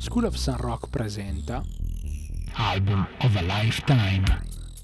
School of Sun Rock presenta Album of a Lifetime.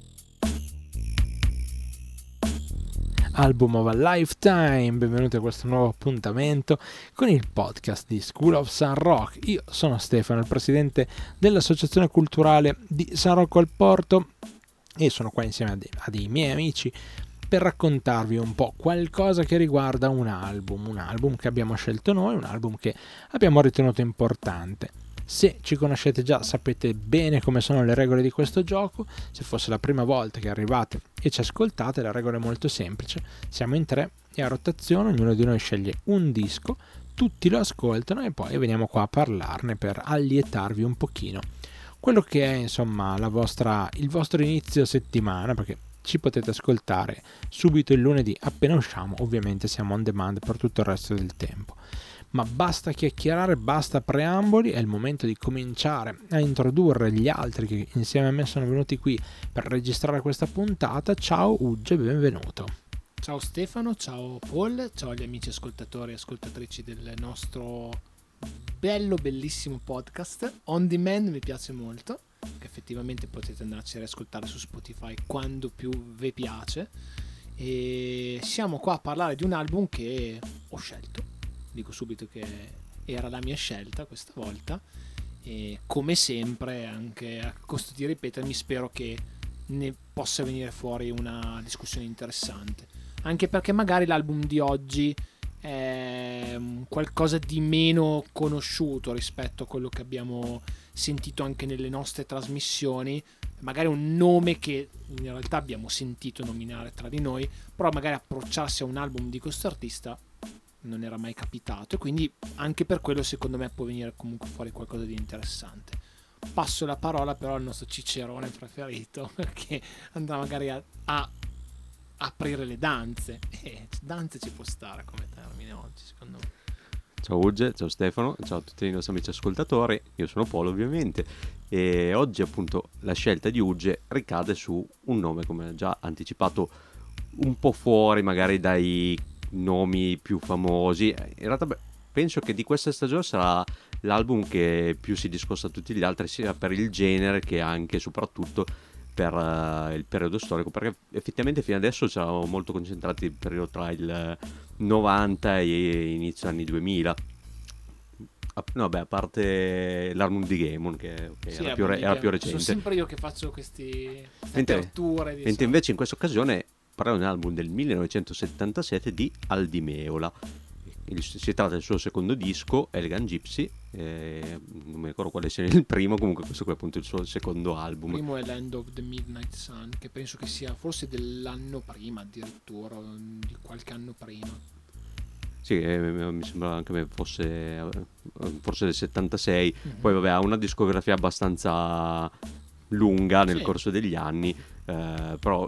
Album of a Lifetime, benvenuti a questo nuovo appuntamento con il podcast di School of Sun Rock. Io sono Stefano, il presidente dell'associazione culturale di San Rocco al Porto e sono qua insieme a dei miei amici per raccontarvi un po' qualcosa che riguarda un album che abbiamo scelto noi, un album che abbiamo ritenuto importante. Se ci conoscete già sapete bene come sono le regole di questo gioco. Se fosse la prima volta che arrivate e ci ascoltate, la regola è molto semplice: siamo in 3 e a rotazione ognuno di noi sceglie un disco, tutti lo ascoltano e poi veniamo qua a parlarne per allietarvi un pochino quello che è insomma il vostro inizio settimana, perché ci potete ascoltare subito il lunedì appena usciamo, ovviamente siamo on demand per tutto il resto del tempo. Ma basta chiacchierare, basta preamboli, è il momento di cominciare a introdurre gli altri che insieme a me sono venuti qui per registrare questa puntata. Ciao Ugge, benvenuto. Ciao Stefano, ciao Paul, ciao agli amici ascoltatori e ascoltatrici del nostro bellissimo podcast. On demand mi piace molto, che effettivamente potete andarci a riascoltare su Spotify quando più vi piace. E siamo qua a parlare di un album che ho scelto. Dico subito che era la mia scelta questa volta e come sempre, anche a costo di ripetermi, spero che ne possa venire fuori una discussione interessante, anche perché magari l'album di oggi è qualcosa di meno conosciuto rispetto a quello che abbiamo sentito anche nelle nostre trasmissioni, magari un nome che in realtà abbiamo sentito nominare tra di noi, però magari approcciarsi a un album di questo artista non era mai capitato, e quindi anche per quello secondo me può venire comunque fuori qualcosa di interessante. Passo la parola però al nostro cicerone preferito, perché andrà magari a aprire le danze, e danze ci può stare come termine oggi secondo me. Ciao Ugge, ciao Stefano, ciao a tutti i nostri amici ascoltatori, io sono Paolo ovviamente, e oggi appunto la scelta di Ugge ricade su un nome, come già anticipato, un po' fuori magari dai nomi più famosi. In realtà penso che di questa stagione sarà l'album che più si discosta da tutti gli altri, sia per il genere che anche e soprattutto per il periodo storico, perché effettivamente fino adesso ci eravamo molto concentrati nel periodo tra il 90 e inizio anni 2000. No, beh, a parte l'album di Gaemon che sì, era più recente. Sono sempre io che faccio queste aperture, mentre invece in questa occasione parliamo di un album del 1977 di Al Di Meola. Si tratta del suo secondo disco, Elegant Gypsy, non mi ricordo quale sia il primo, comunque questo qui è appunto il suo secondo album. Il primo è Land of the Midnight Sun, che penso che sia forse dell'anno prima, addirittura di qualche anno prima. Sì, mi sembra anche a me fosse forse del 76. Poi vabbè, ha una discografia abbastanza lunga nel corso degli anni, però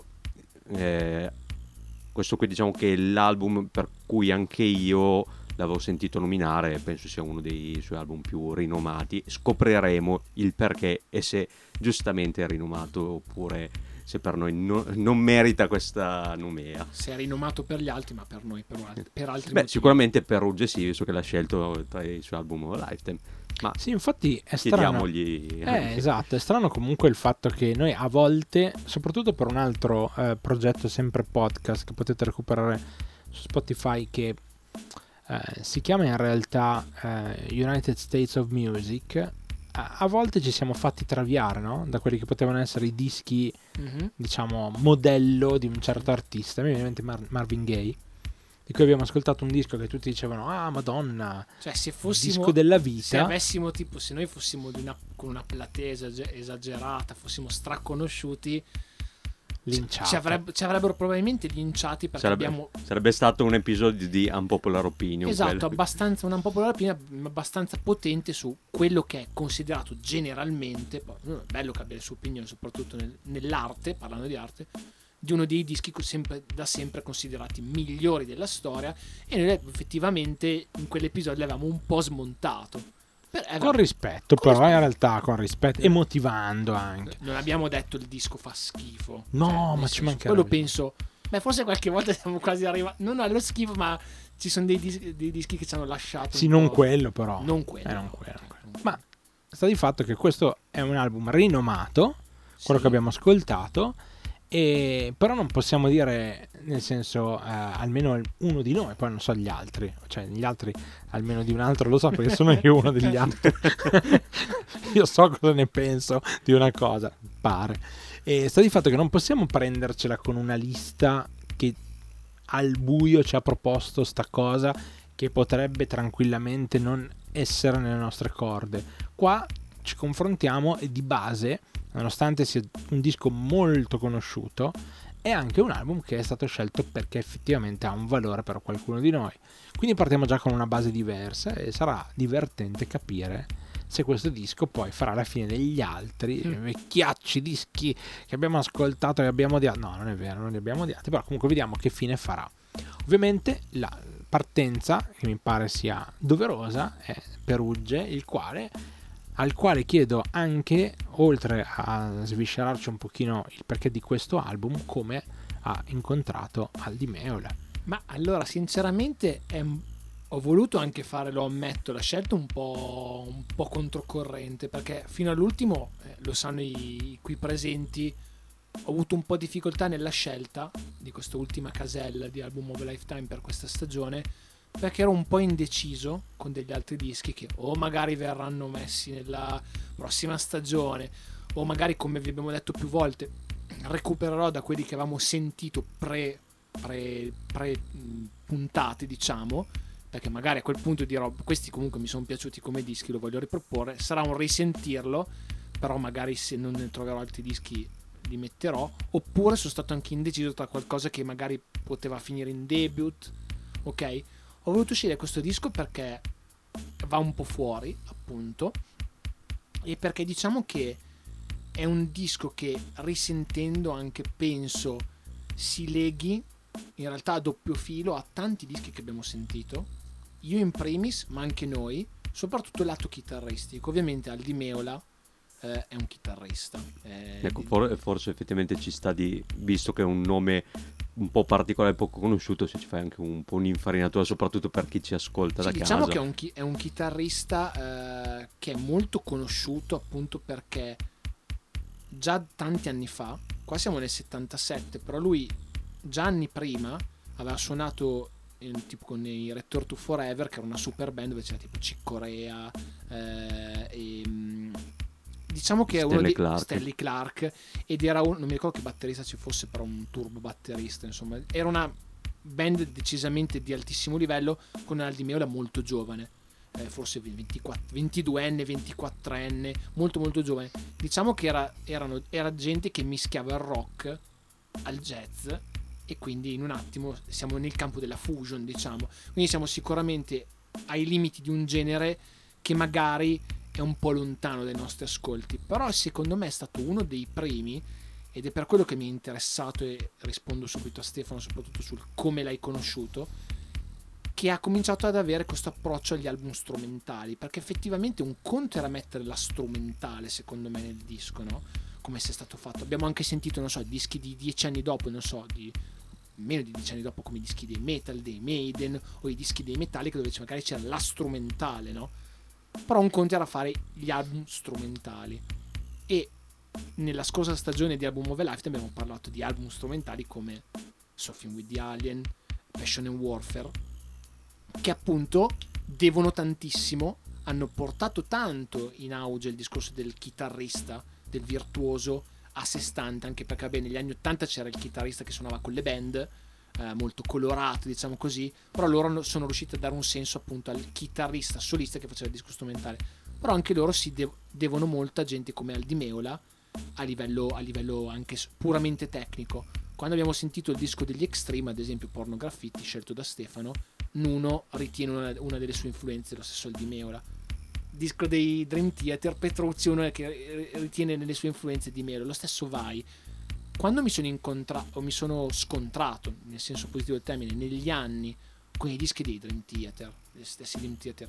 questo qui diciamo che è l'album per cui anche io l'avevo sentito nominare, penso sia uno dei suoi album più rinomati. Scopriremo il perché e se giustamente è rinomato oppure se per noi non merita questa nomea. Se è rinomato per gli altri, ma per noi per altri motivi. Sicuramente per Ugge sì, visto che l'ha scelto tra i suoi album of a Lifetime. Ma sì, infatti è strano. Esatto, è strano comunque il fatto che noi a volte, soprattutto per un altro progetto sempre podcast che potete recuperare su Spotify, che si chiama in realtà United States of Music, a volte ci siamo fatti traviare, no? Da quelli che potevano essere i dischi, diciamo, modello di un certo artista. Mi viene in mente Marvin Gaye, di cui abbiamo ascoltato un disco che tutti dicevano madonna, cioè se fossimo disco della vita, se avessimo tipo, se noi fossimo con una platea esagerata, fossimo straconosciuti, ci avrebbero probabilmente linciati, perché sarebbe stato un episodio di Unpopular Opinion, esatto, abbastanza un Unpopular Opinion abbastanza potente su quello che è considerato generalmente, poi è bello che abbia le sue opinioni soprattutto nell'arte, parlando di arte, di uno dei dischi da sempre considerati migliori della storia, e noi effettivamente in quell'episodio l'avevamo un po' smontato. Con rispetto, però in realtà con rispetto e motivando anche. Non abbiamo detto il disco fa schifo. No, ma ci mancherebbe. Quello penso, forse qualche volta siamo quasi arrivati, non allo schifo, ma ci sono dei dischi che ci hanno lasciato. Sì, non quello però. Non quello. Non quello. Ma sta di fatto che questo è un album rinomato, quello che abbiamo ascoltato, però non possiamo dire, nel senso, almeno uno di noi, poi non so gli altri, cioè gli altri almeno di un altro lo so perché sono io uno degli altri. Io so cosa ne penso di una cosa, pare. E sta di fatto che non possiamo prendercela con una lista che al buio ci ha proposto sta cosa che potrebbe tranquillamente non essere nelle nostre corde. Qua ci confrontiamo e di base, nonostante sia un disco molto conosciuto, è anche un album che è stato scelto perché effettivamente ha un valore per qualcuno di noi. Quindi partiamo già con una base diversa e sarà divertente capire se questo disco poi farà la fine degli altri vecchiacci dischi che abbiamo ascoltato e abbiamo odiato. No, non è vero, non li abbiamo odiati, però comunque vediamo che fine farà. Ovviamente la partenza, che mi pare sia doverosa, è Perugge, al quale chiedo anche, oltre a sviscerarci un pochino il perché di questo album, come ha incontrato Aldi Meola. Ma allora, sinceramente, ho voluto anche fare, lo ammetto, la scelta un po' controcorrente, perché fino all'ultimo, lo sanno i qui presenti, ho avuto un po' di difficoltà nella scelta di questa ultima casella di Album of a Lifetime per questa stagione, perché ero un po' indeciso con degli altri dischi che o magari verranno messi nella prossima stagione, o magari, come vi abbiamo detto più volte, recupererò da quelli che avevamo sentito pre puntate, diciamo, perché magari a quel punto dirò questi comunque mi sono piaciuti come dischi, lo voglio riproporre, sarà un risentirlo, però magari se non ne troverò altri dischi li metterò, oppure sono stato anche indeciso tra qualcosa che magari poteva finire in debut. Ok, ho voluto scegliere questo disco perché va un po' fuori, appunto, e perché diciamo che è un disco che, risentendo, anche penso si leghi in realtà a doppio filo a tanti dischi che abbiamo sentito, io in primis, ma anche noi, soprattutto il lato chitarristico. Ovviamente Aldi Meola è un chitarrista, ecco, forse effettivamente ci sta, visto che è un nome un po' particolare, poco conosciuto, se ci fai anche un po' un'infarinatura, soprattutto per chi ci ascolta da diciamo casa. Che è un chitarrista che è molto conosciuto, appunto perché già tanti anni fa, qua siamo nel 77, però lui già anni prima aveva suonato tipo con i Return to Forever, che era una super band dove c'era tipo Chick Corea, diciamo che è uno di Stanley Clark, ed era non mi ricordo che batterista ci fosse, però un turbo batterista, insomma era una band decisamente di altissimo livello, con Aldi Meola molto giovane, forse 22enne, 24enne, molto molto giovane. Diciamo che era gente che mischiava il rock al jazz, e quindi in un attimo siamo nel campo della fusion, diciamo. Quindi siamo sicuramente ai limiti di un genere che magari è un po' lontano dai nostri ascolti, però secondo me è stato uno dei primi, ed è per quello che mi è interessato, e rispondo subito a Stefano soprattutto sul come l'hai conosciuto, che ha cominciato ad avere questo approccio agli album strumentali, perché effettivamente un conto era mettere la strumentale, secondo me, nel disco, no? Come se è stato fatto. Abbiamo anche sentito, non so, dischi di 10 anni dopo, non so, di meno di 10 anni dopo, come i dischi dei Metal, dei Maiden, o i dischi dei Metallica, dove magari c'era la strumentale, no? Però un conto era fare gli album strumentali, e nella scorsa stagione di Album of a Lifetime abbiamo parlato di album strumentali come Surfing with the Alien, Passion and Warfare, che appunto devono tantissimo, hanno portato tanto in auge il discorso del chitarrista, del virtuoso a sé stante, anche perché negli anni 80 c'era il chitarrista che suonava con le band, molto colorato, diciamo così, però loro sono riusciti a dare un senso appunto al chitarrista solista che faceva il disco strumentale. Però anche loro si devono molto a gente come Aldi Meola a livello anche puramente tecnico. Quando abbiamo sentito il disco degli Extreme, ad esempio Porno Graffiti, scelto da Stefano, Nuno ritiene una delle sue influenze lo stesso Aldi Meola. Disco dei Dream Theater, Petrucci, uno che ritiene nelle sue influenze di Meola. Lo stesso Vai. Quando mi sono scontrato, nel senso positivo del termine, negli anni con i dischi dei Dream Theater, gli stessi Dream Theater,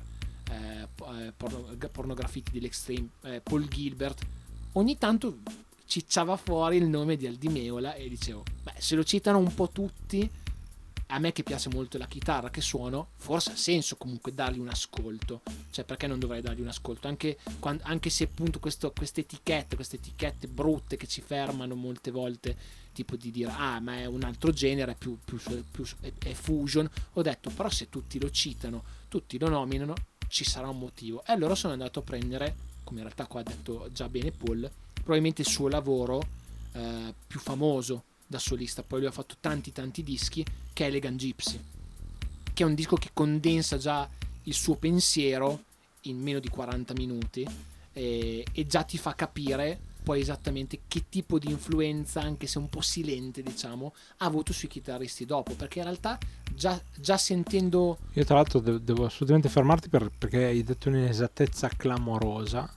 Porno Graffiti dell'Extreme, Paul Gilbert, ogni tanto cicciava fuori il nome di Aldi Meola e dicevo, beh, se lo citano un po' tutti, a me che piace molto la chitarra che suono, forse ha senso comunque dargli un ascolto, cioè perché non dovrei dargli un ascolto, anche se appunto queste etichette brutte che ci fermano molte volte, tipo di dire ma è un altro genere, è fusion. Ho detto però se tutti lo citano, tutti lo nominano, ci sarà un motivo. E allora sono andato a prendere, come in realtà qua ha detto già bene Paul, probabilmente il suo lavoro più famoso da solista, poi lui ha fatto tanti dischi, che è Elegant Gypsy, che è un disco che condensa già il suo pensiero in meno di 40 minuti e già ti fa capire poi esattamente che tipo di influenza, anche se un po' silente diciamo, ha avuto sui chitarristi dopo, perché in realtà già sentendo... Io tra l'altro devo assolutamente fermarti perché hai detto un'inesattezza clamorosa,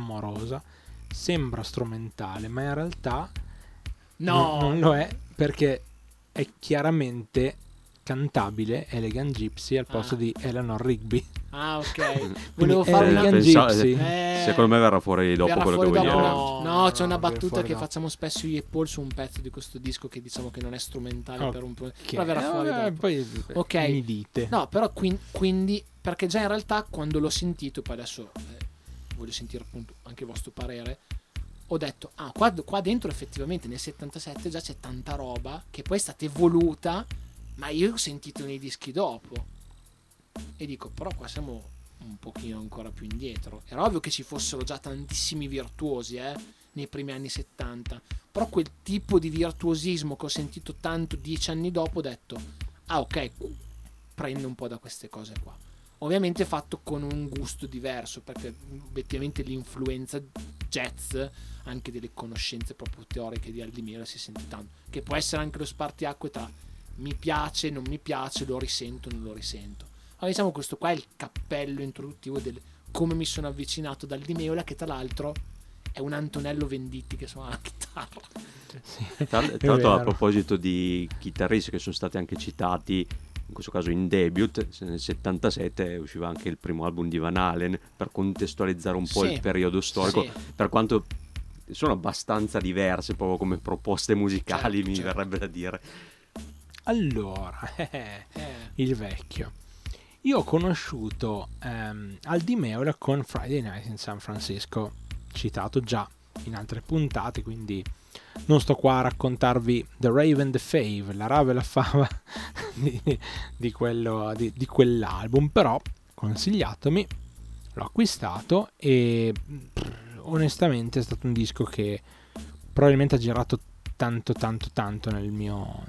sembra strumentale, ma in realtà non lo è, perché è chiaramente cantabile Elegant Gypsy al posto di Eleanor Rigby. Ok. Volevo fare Elegant Gypsy. Secondo me verrà fuori dopo quello che vuoi dire. No, c'è una battuta che facciamo spesso io e Paul su un pezzo di questo disco che diciamo che non è strumentale per un po'. Però verrà fuori dopo. Poi mi dite. No, però quindi perché già in realtà quando l'ho sentito, poi adesso voglio sentire appunto anche il vostro parere, ho detto qua dentro effettivamente nel 77 già c'è tanta roba che poi è stata evoluta, ma io ho sentito nei dischi dopo e dico però qua siamo un pochino ancora più indietro. Era ovvio che ci fossero già tantissimi virtuosi nei primi anni 70, però quel tipo di virtuosismo che ho sentito tanto 10 anni dopo, ho detto ok, prendo un po' da queste cose qua, ovviamente fatto con un gusto diverso, perché obiettivamente l'influenza jazz, anche delle conoscenze proprio teoriche di Al Di Meola si sente tanto, che può essere anche lo spartiacque tra mi piace, non mi piace, lo risento, non lo risento. Ma diciamo questo qua è il cappello introduttivo del come mi sono avvicinato dal Di Meola, che tra l'altro è un Antonello Venditti che suona la chitarra. Sì, tra l'altro a proposito di chitarristi che sono stati anche citati, in questo caso in debut, nel 77 usciva anche il primo album di Van Halen, per contestualizzare un po' il periodo storico, per quanto sono abbastanza diverse proprio come proposte musicali, mi verrebbe da dire. Allora, il vecchio. Io ho conosciuto Al Di Meola con Friday Night in San Francisco, citato già in altre puntate, quindi non sto qua a raccontarvi The Raven, The Fave, la rave e la fava di quell'album, però consigliatomi, l'ho acquistato e onestamente è stato un disco che probabilmente ha girato tanto nel mio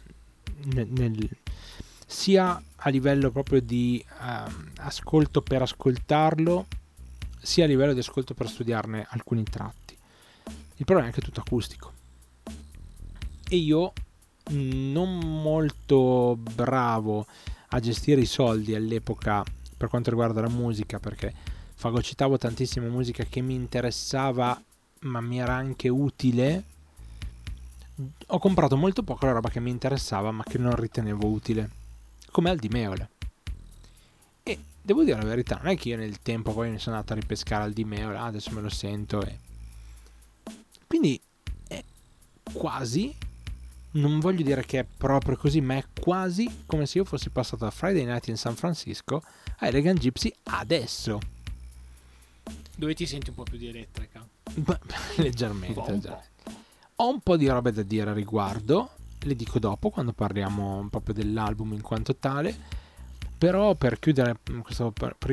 sia a livello proprio di ascolto per ascoltarlo, sia a livello di ascolto per studiarne alcuni tratti. Il problema è che è tutto acustico e io, non molto bravo a gestire i soldi all'epoca per quanto riguarda la musica, perché fagocitavo tantissima musica che mi interessava ma mi era anche utile, ho comprato molto poco la roba che mi interessava ma che non ritenevo utile, come Al Di Meola. E devo dire la verità, non è che io nel tempo poi mi sono andato a ripescare Al Di Meola, adesso me lo sento e quindi è quasi, non voglio dire che è proprio così, ma è quasi come se io fossi passato da Friday Night in San Francisco a Elegant Gypsy adesso, dove ti senti un po' più di elettrica. leggermente. Ho un po' di robe da dire a riguardo, le dico dopo quando parliamo proprio dell'album in quanto tale, però per chiudere questo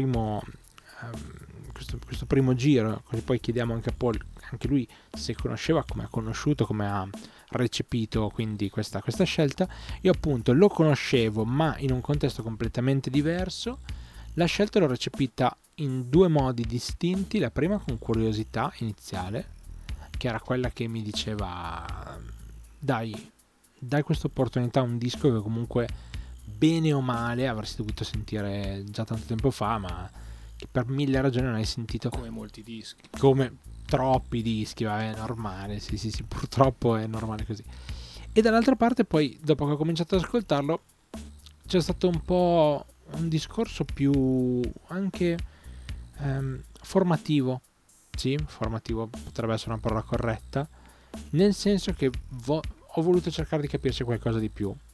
primo giro, così poi chiediamo anche a Paul, anche lui se conosceva, come ha conosciuto, come ha recepito quindi questa scelta. Io appunto lo conoscevo ma in un contesto completamente diverso, la scelta l'ho recepita in due modi distinti. La prima con curiosità iniziale, che era quella che mi diceva dai questa opportunità a un disco che comunque bene o male avresti dovuto sentire già tanto tempo fa, ma che per mille ragioni non hai sentito, come molti dischi, come troppi dischi, vabbè, è normale, sì, purtroppo è normale così. E dall'altra parte poi dopo che ho cominciato ad ascoltarlo c'è stato un po' un discorso più anche formativo. Sì, formativo potrebbe essere una parola corretta, nel senso che ho voluto cercare di capirci qualcosa di più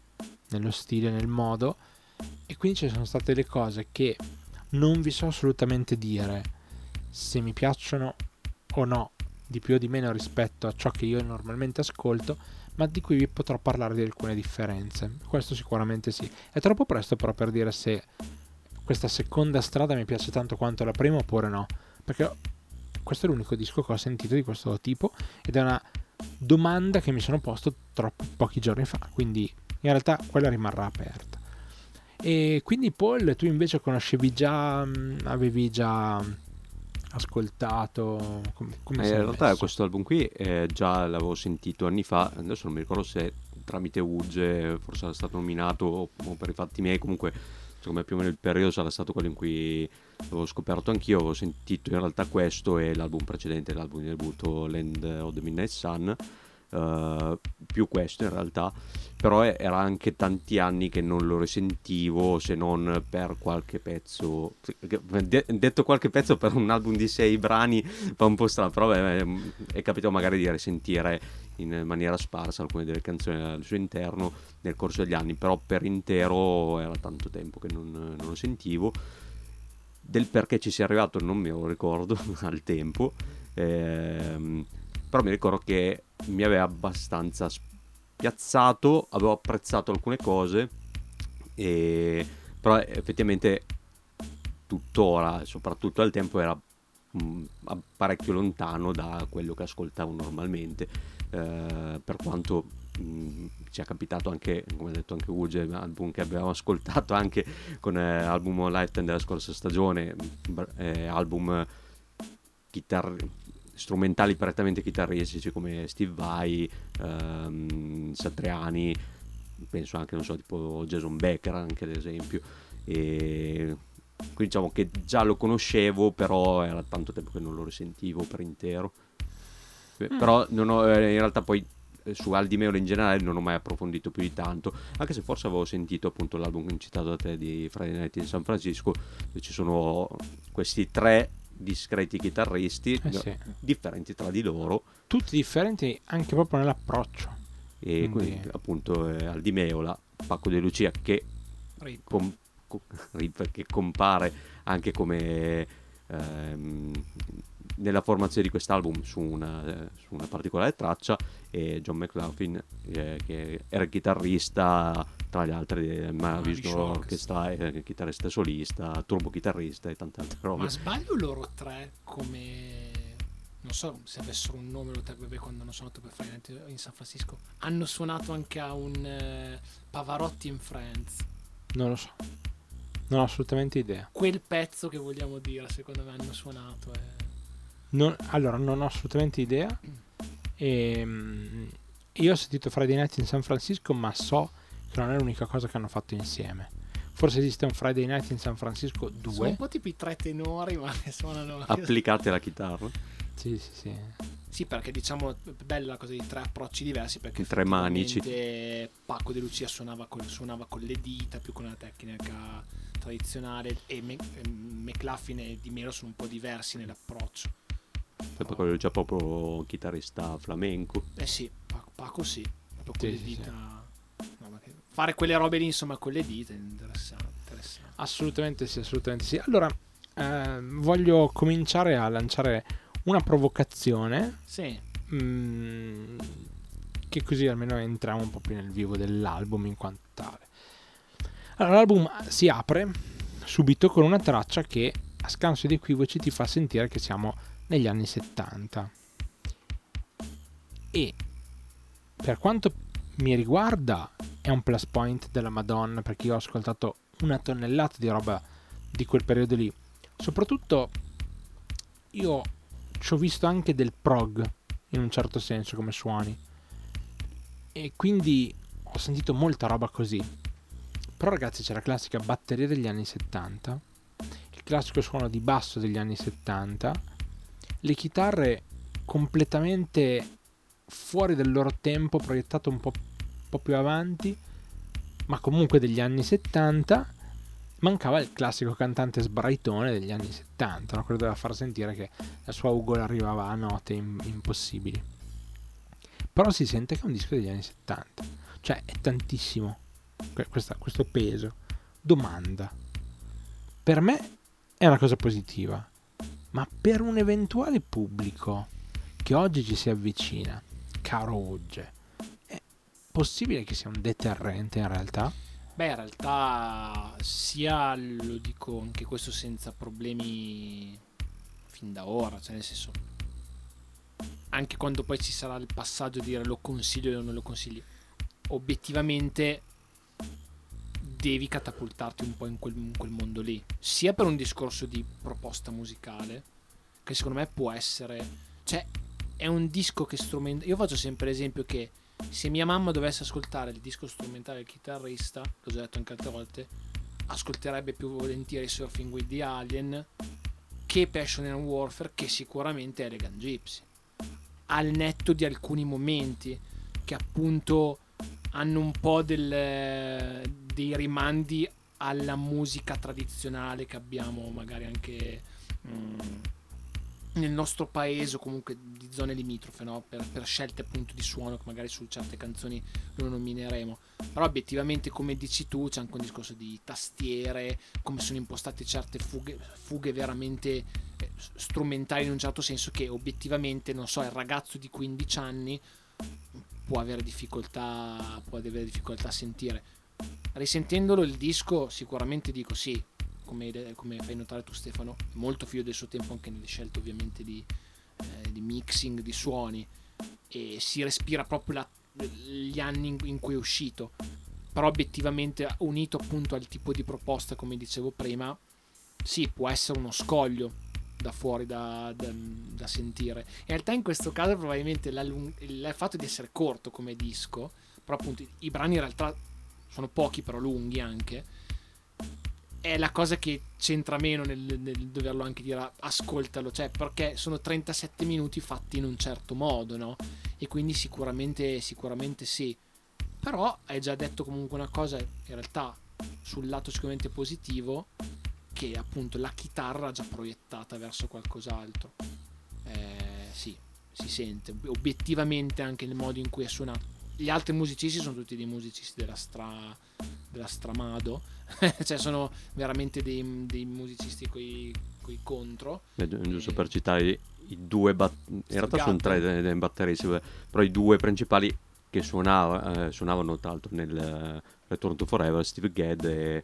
nello stile, nel modo, e quindi ci sono state delle cose che non vi so assolutamente dire se mi piacciono o no, di più o di meno rispetto a ciò che io normalmente ascolto, ma di cui vi potrò parlare di alcune differenze. Questo sicuramente sì. È troppo presto però per dire se questa seconda strada mi piace tanto quanto la prima oppure no, perché questo è l'unico disco che ho sentito di questo tipo ed è una domanda che mi sono posto pochi giorni fa, quindi in realtà quella rimarrà aperta. E quindi Paul, tu invece conoscevi già, avevi già ascoltato, come sei in realtà messo? questo album qui già l'avevo sentito anni fa, adesso non mi ricordo se tramite Uge forse era stato nominato o per i fatti miei, comunque secondo me più o meno il periodo sarà stato quello in cui l'avevo scoperto anch'io. Avevo sentito in realtà questo e l'album precedente, l'album di debutto Land of the Midnight Sun, più questo in realtà, però era anche tanti anni che non lo risentivo, se non per qualche pezzo. Detto qualche pezzo per un album di 6 brani fa un po' strano, però è capitato magari di risentire in maniera sparsa alcune delle canzoni al suo interno nel corso degli anni, però per intero era tanto tempo che non lo sentivo. Del perché ci sia arrivato non me lo ricordo al tempo, però mi ricordo che mi aveva abbastanza spiazzato, avevo apprezzato alcune cose, però effettivamente tuttora, soprattutto al tempo, era parecchio lontano da quello che ascoltavo normalmente, per quanto ci è capitato anche, come ha detto anche Uge, album che abbiamo ascoltato anche con album Lifetime della scorsa stagione, album strumentali prettamente chitarristici come Steve Vai, Satriani, penso anche, non so, tipo Jason Becker anche ad esempio, e quindi diciamo che già lo conoscevo, però era tanto tempo che non lo risentivo per intero. Però non ho, in realtà poi su Al Di Meola in generale non ho mai approfondito più di tanto, anche se forse avevo sentito appunto l'album citato da te di Friday Night in San Francisco, dove ci sono questi 3 discreti chitarristi, Sì. differenti tra di loro, tutti differenti anche proprio nell'approccio, e quindi appunto Al Di Meola, Paco De Lucia che che compare anche come nella formazione di quest'album su una particolare traccia, e John McLaughlin che era il chitarrista tra gli altri Mahavishnu Orchestra, chitarrista solista, turbo chitarrista e tante altre robe. Ma sbaglio loro 3 come, non so se avessero un nome, lo beh, quando hanno suonato per Friday Night in San Francisco hanno suonato anche a un Pavarotti in Friends, non lo so, non ho assolutamente idea. quel pezzo che vogliamo dire secondo me hanno suonato Allora non ho assolutamente idea. Io ho sentito Friday Night in San Francisco, ma so che non è l'unica cosa che hanno fatto insieme. Forse esiste un Friday Night in San Francisco 2. sono un po' tipo i 3 tenori ma che suonano Applicate alla chitarra, Sì. sì, perché diciamo bella la cosa di 3 approcci diversi, perché 3 manici. Paco De Lucia suonava con le dita, più con la tecnica tradizionale, e McLaughlin e Di Melo sono un po' diversi nell'approccio. Paco De Lucia proprio chitarrista flamenco. Sì, Paco sì, proprio con Sì, le sì, dita. No, ma fare quelle robe lì insomma con le dita è interessante. Assolutamente sì. Allora voglio cominciare a lanciare una provocazione, Sì. che così almeno entriamo un po' più nel vivo dell'album in quanto tale. Allora, l'album si apre subito con una traccia che a scanso di equivoci ti fa sentire che siamo negli anni 70, e per quanto mi riguarda è un plus point della Madonna, perché io ho ascoltato una tonnellata di roba di quel periodo lì. Soprattutto io ci ho visto anche del prog in un certo senso come suoni, e quindi ho sentito molta roba così. Però ragazzi, c'è la classica batteria degli anni 70, il classico suono di basso degli anni 70, le chitarre completamente fuori del loro tempo, proiettate un po' più avanti, ma comunque degli anni 70. Mancava il classico cantante sbraitone degli anni 70, no? Quello doveva far sentire che la sua ugola arrivava a note impossibili. Però si sente che è un disco degli anni 70, cioè è tantissimo, questo peso. Domanda: per me è una cosa positiva, ma per un eventuale pubblico che oggi ci si avvicina, caro Ugge, è possibile che sia un deterrente in realtà? Beh, in realtà sia, lo dico anche questo senza problemi fin da ora, cioè nel senso, anche quando poi ci sarà il passaggio di dire lo consiglio o non lo consigli, obiettivamente devi catapultarti un po' in quel mondo lì, sia per un discorso di proposta musicale, che secondo me può essere, cioè è un disco che io faccio sempre l'esempio che se mia mamma dovesse ascoltare il disco strumentale del chitarrista, l'ho già detto anche altre volte, ascolterebbe più volentieri Surfing with the Alien che Passion and Warfare, che sicuramente Elegant Gypsy, al netto di alcuni momenti che appunto hanno un po' dei rimandi alla musica tradizionale che abbiamo magari anche nel nostro paese o comunque di zone limitrofe, no? per scelte appunto di suono che magari su certe canzoni lo nomineremo, però obiettivamente come dici tu c'è anche un discorso di tastiere, come sono impostate certe fughe veramente strumentali in un certo senso, che obiettivamente, non so, il ragazzo di 15 anni può avere difficoltà a sentire. Risentendolo il disco sicuramente dico sì, come fai notare tu Stefano, molto figlio del suo tempo anche nelle scelte ovviamente di mixing, di suoni, e si respira proprio gli anni in cui è uscito, però obiettivamente unito appunto al tipo di proposta come dicevo prima, sì, può essere uno scoglio da fuori da sentire. In realtà in questo caso probabilmente il fatto di essere corto come disco, però appunto i brani in realtà sono pochi però lunghi anche, è la cosa che c'entra meno nel doverlo anche dire ascoltalo, cioè perché sono 37 minuti fatti in un certo modo, no? E quindi sicuramente sì, però hai già detto comunque una cosa in realtà sul lato sicuramente positivo, che appunto la chitarra già proiettata verso qualcos'altro, sì, si sente obiettivamente anche nel modo in cui è suonato. Gli altri musicisti sono tutti dei musicisti della stramado cioè sono veramente dei musicisti coi contro, giusto per citare i due in realtà sono tre batteristi, però i due principali che suonavano tra l'altro nel Return to Forever, Steve Gadd e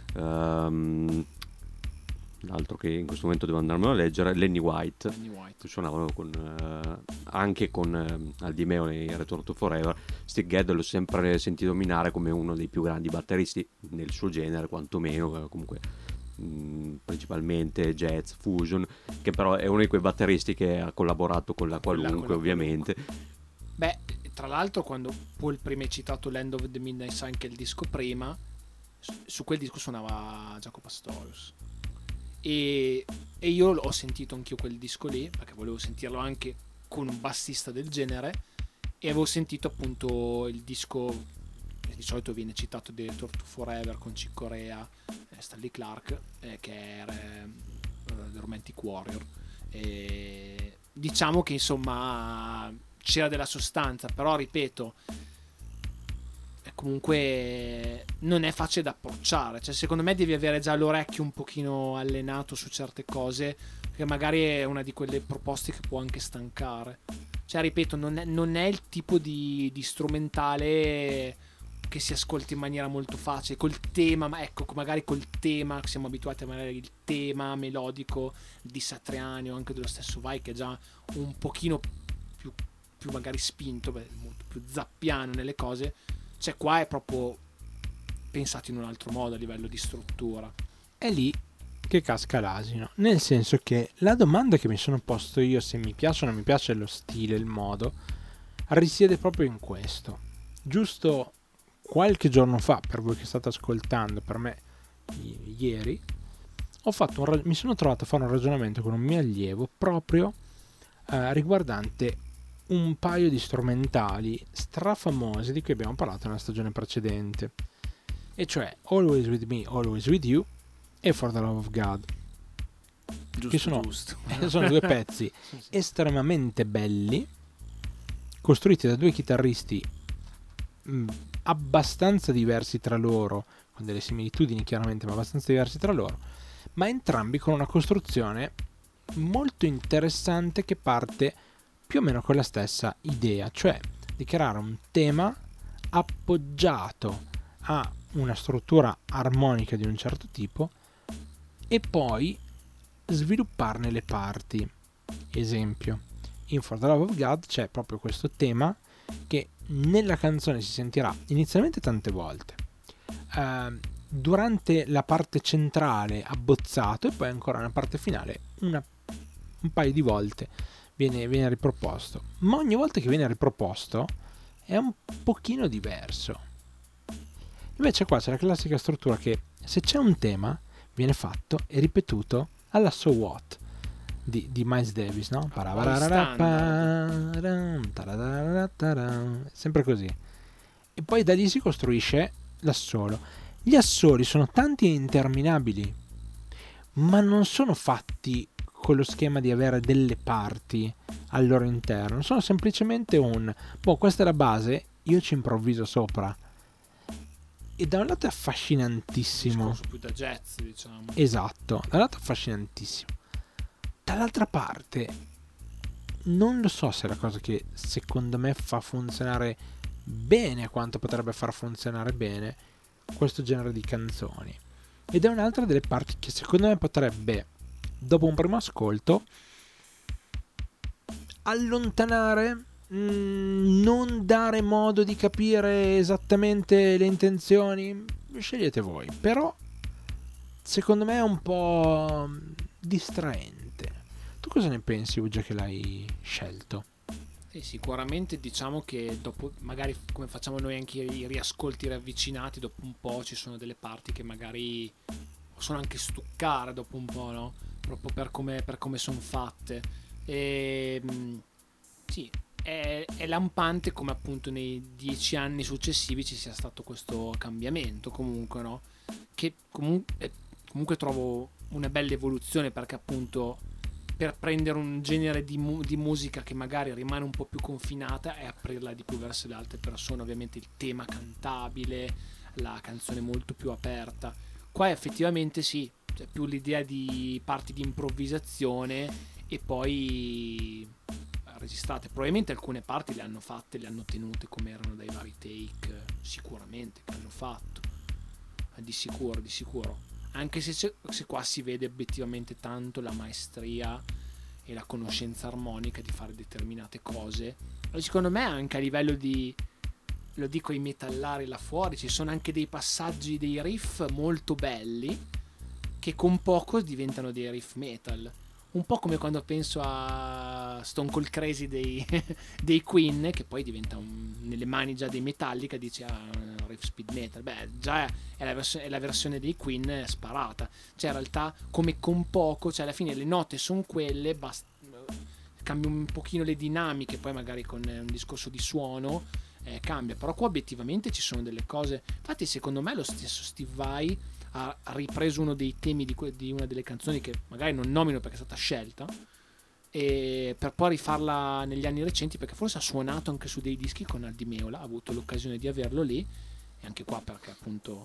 l'altro che in questo momento devo andarmelo a leggere, Lenny White. Che suonavano anche con Al Di Meo nei Return to Forever. Steve Gadd l'ho sempre sentito nominare come uno dei più grandi batteristi nel suo genere, quantomeno, comunque principalmente jazz, fusion, che però è uno di quei batteristi che ha collaborato con la qualunque ovviamente. Beh, tra l'altro quando Paul prima hai citato Land of the Midnight Sun, che è il disco prima, su quel disco suonava Jaco Pastorius. E io ho sentito anch'io quel disco lì perché volevo sentirlo anche con un bassista del genere, e avevo sentito appunto il disco che di solito viene citato di Return to Forever con Chick Corea, Stanley Clarke, che era The Romantic Warrior, e diciamo che insomma c'era della sostanza, però ripeto, comunque non è facile da approcciare, cioè secondo me devi avere già l'orecchio un pochino allenato su certe cose, perché magari è una di quelle proposte che può anche stancare, cioè ripeto, non è il tipo di strumentale che si ascolta in maniera molto facile col tema, ma ecco, magari col tema siamo abituati a magari il tema melodico di Satriani o anche dello stesso Vai, che è già un pochino più magari spinto, molto più zappiano nelle cose. Cioè qua è proprio pensato in un altro modo a livello di struttura. È lì che casca l'asino, nel senso che la domanda che mi sono posto io, se mi piace o non mi piace lo stile, il modo, risiede proprio in questo. Giusto qualche giorno fa, per voi che state ascoltando, per me ieri, mi sono trovato a fare un ragionamento con un mio allievo proprio riguardante un paio di strumentali strafamosi di cui abbiamo parlato nella stagione precedente, e cioè Always With Me, Always With You e For the Love of God, che sono due pezzi estremamente belli, costruiti da due chitarristi abbastanza diversi tra loro, con delle similitudini chiaramente, ma abbastanza diversi tra loro, ma entrambi con una costruzione molto interessante che parte più o meno con la stessa idea, cioè di creare un tema appoggiato a una struttura armonica di un certo tipo e poi svilupparne le parti. Esempio, in For the Love of God c'è proprio questo tema che nella canzone si sentirà inizialmente tante volte, durante la parte centrale abbozzato, e poi ancora nella parte finale un paio di volte viene riproposto, ma ogni volta che viene riproposto è un pochino diverso. Invece qua c'è la classica struttura che se c'è un tema viene fatto e ripetuto alla So What di Miles Davis, no? Sempre così. E poi da lì si costruisce l'assolo. Gli assoli sono tanti e interminabili, ma non sono fatti con lo schema di avere delle parti al loro interno. Sono semplicemente questa è la base, io ci improvviso sopra. E da un lato è affascinantissimo. Discorso più da jazz, diciamo. Esatto, da un lato affascinantissimo. Dall'altra parte non lo so se è la cosa che secondo me fa funzionare bene quanto potrebbe far funzionare bene questo genere di canzoni. Ed è un'altra delle parti che secondo me potrebbe, dopo un primo ascolto, allontanare, non dare modo di capire esattamente le intenzioni, scegliete voi, però secondo me è un po' distraente. Tu cosa ne pensi, Uge, che l'hai scelto? Sicuramente diciamo che dopo, magari come facciamo noi anche i riascolti ravvicinati, dopo un po' ci sono delle parti che magari possono anche stuccare dopo un po', no? Proprio per come sono fatte. Sì, è lampante come appunto nei 10 anni successivi ci sia stato questo cambiamento comunque, no? Che comunque trovo una bella evoluzione, perché appunto per prendere un genere di musica che magari rimane un po' più confinata e aprirla di più verso le altre persone, ovviamente il tema cantabile, la canzone molto più aperta. Qua effettivamente sì, c'è più l'idea di parti di improvvisazione e poi registrate. Probabilmente alcune parti le hanno fatte, le hanno tenute come erano dai vari take, sicuramente che hanno fatto, di sicuro. Anche se qua si vede obiettivamente tanto la maestria e la conoscenza armonica di fare determinate cose. E secondo me anche a livello di, lo dico ai metallari là fuori, ci sono anche dei passaggi, dei riff molto belli che con poco diventano dei riff metal. Un po' come quando penso a Stone Cold Crazy dei Queen, che poi diventa nelle mani già dei Metallica, dice riff speed metal. Beh, già è la versione dei Queen sparata. Cioè in realtà come con poco, cioè alla fine le note sono quelle, cambia un pochino le dinamiche, poi magari con un discorso di suono cambia. Però qua obiettivamente ci sono delle cose. Infatti secondo me lo stesso Steve Vai ha ripreso uno dei temi di una delle canzoni che magari non nomino perché è stata scelta, e per poi rifarla negli anni recenti, perché forse ha suonato anche su dei dischi con Aldi Meola, ha avuto l'occasione di averlo lì, e anche qua perché appunto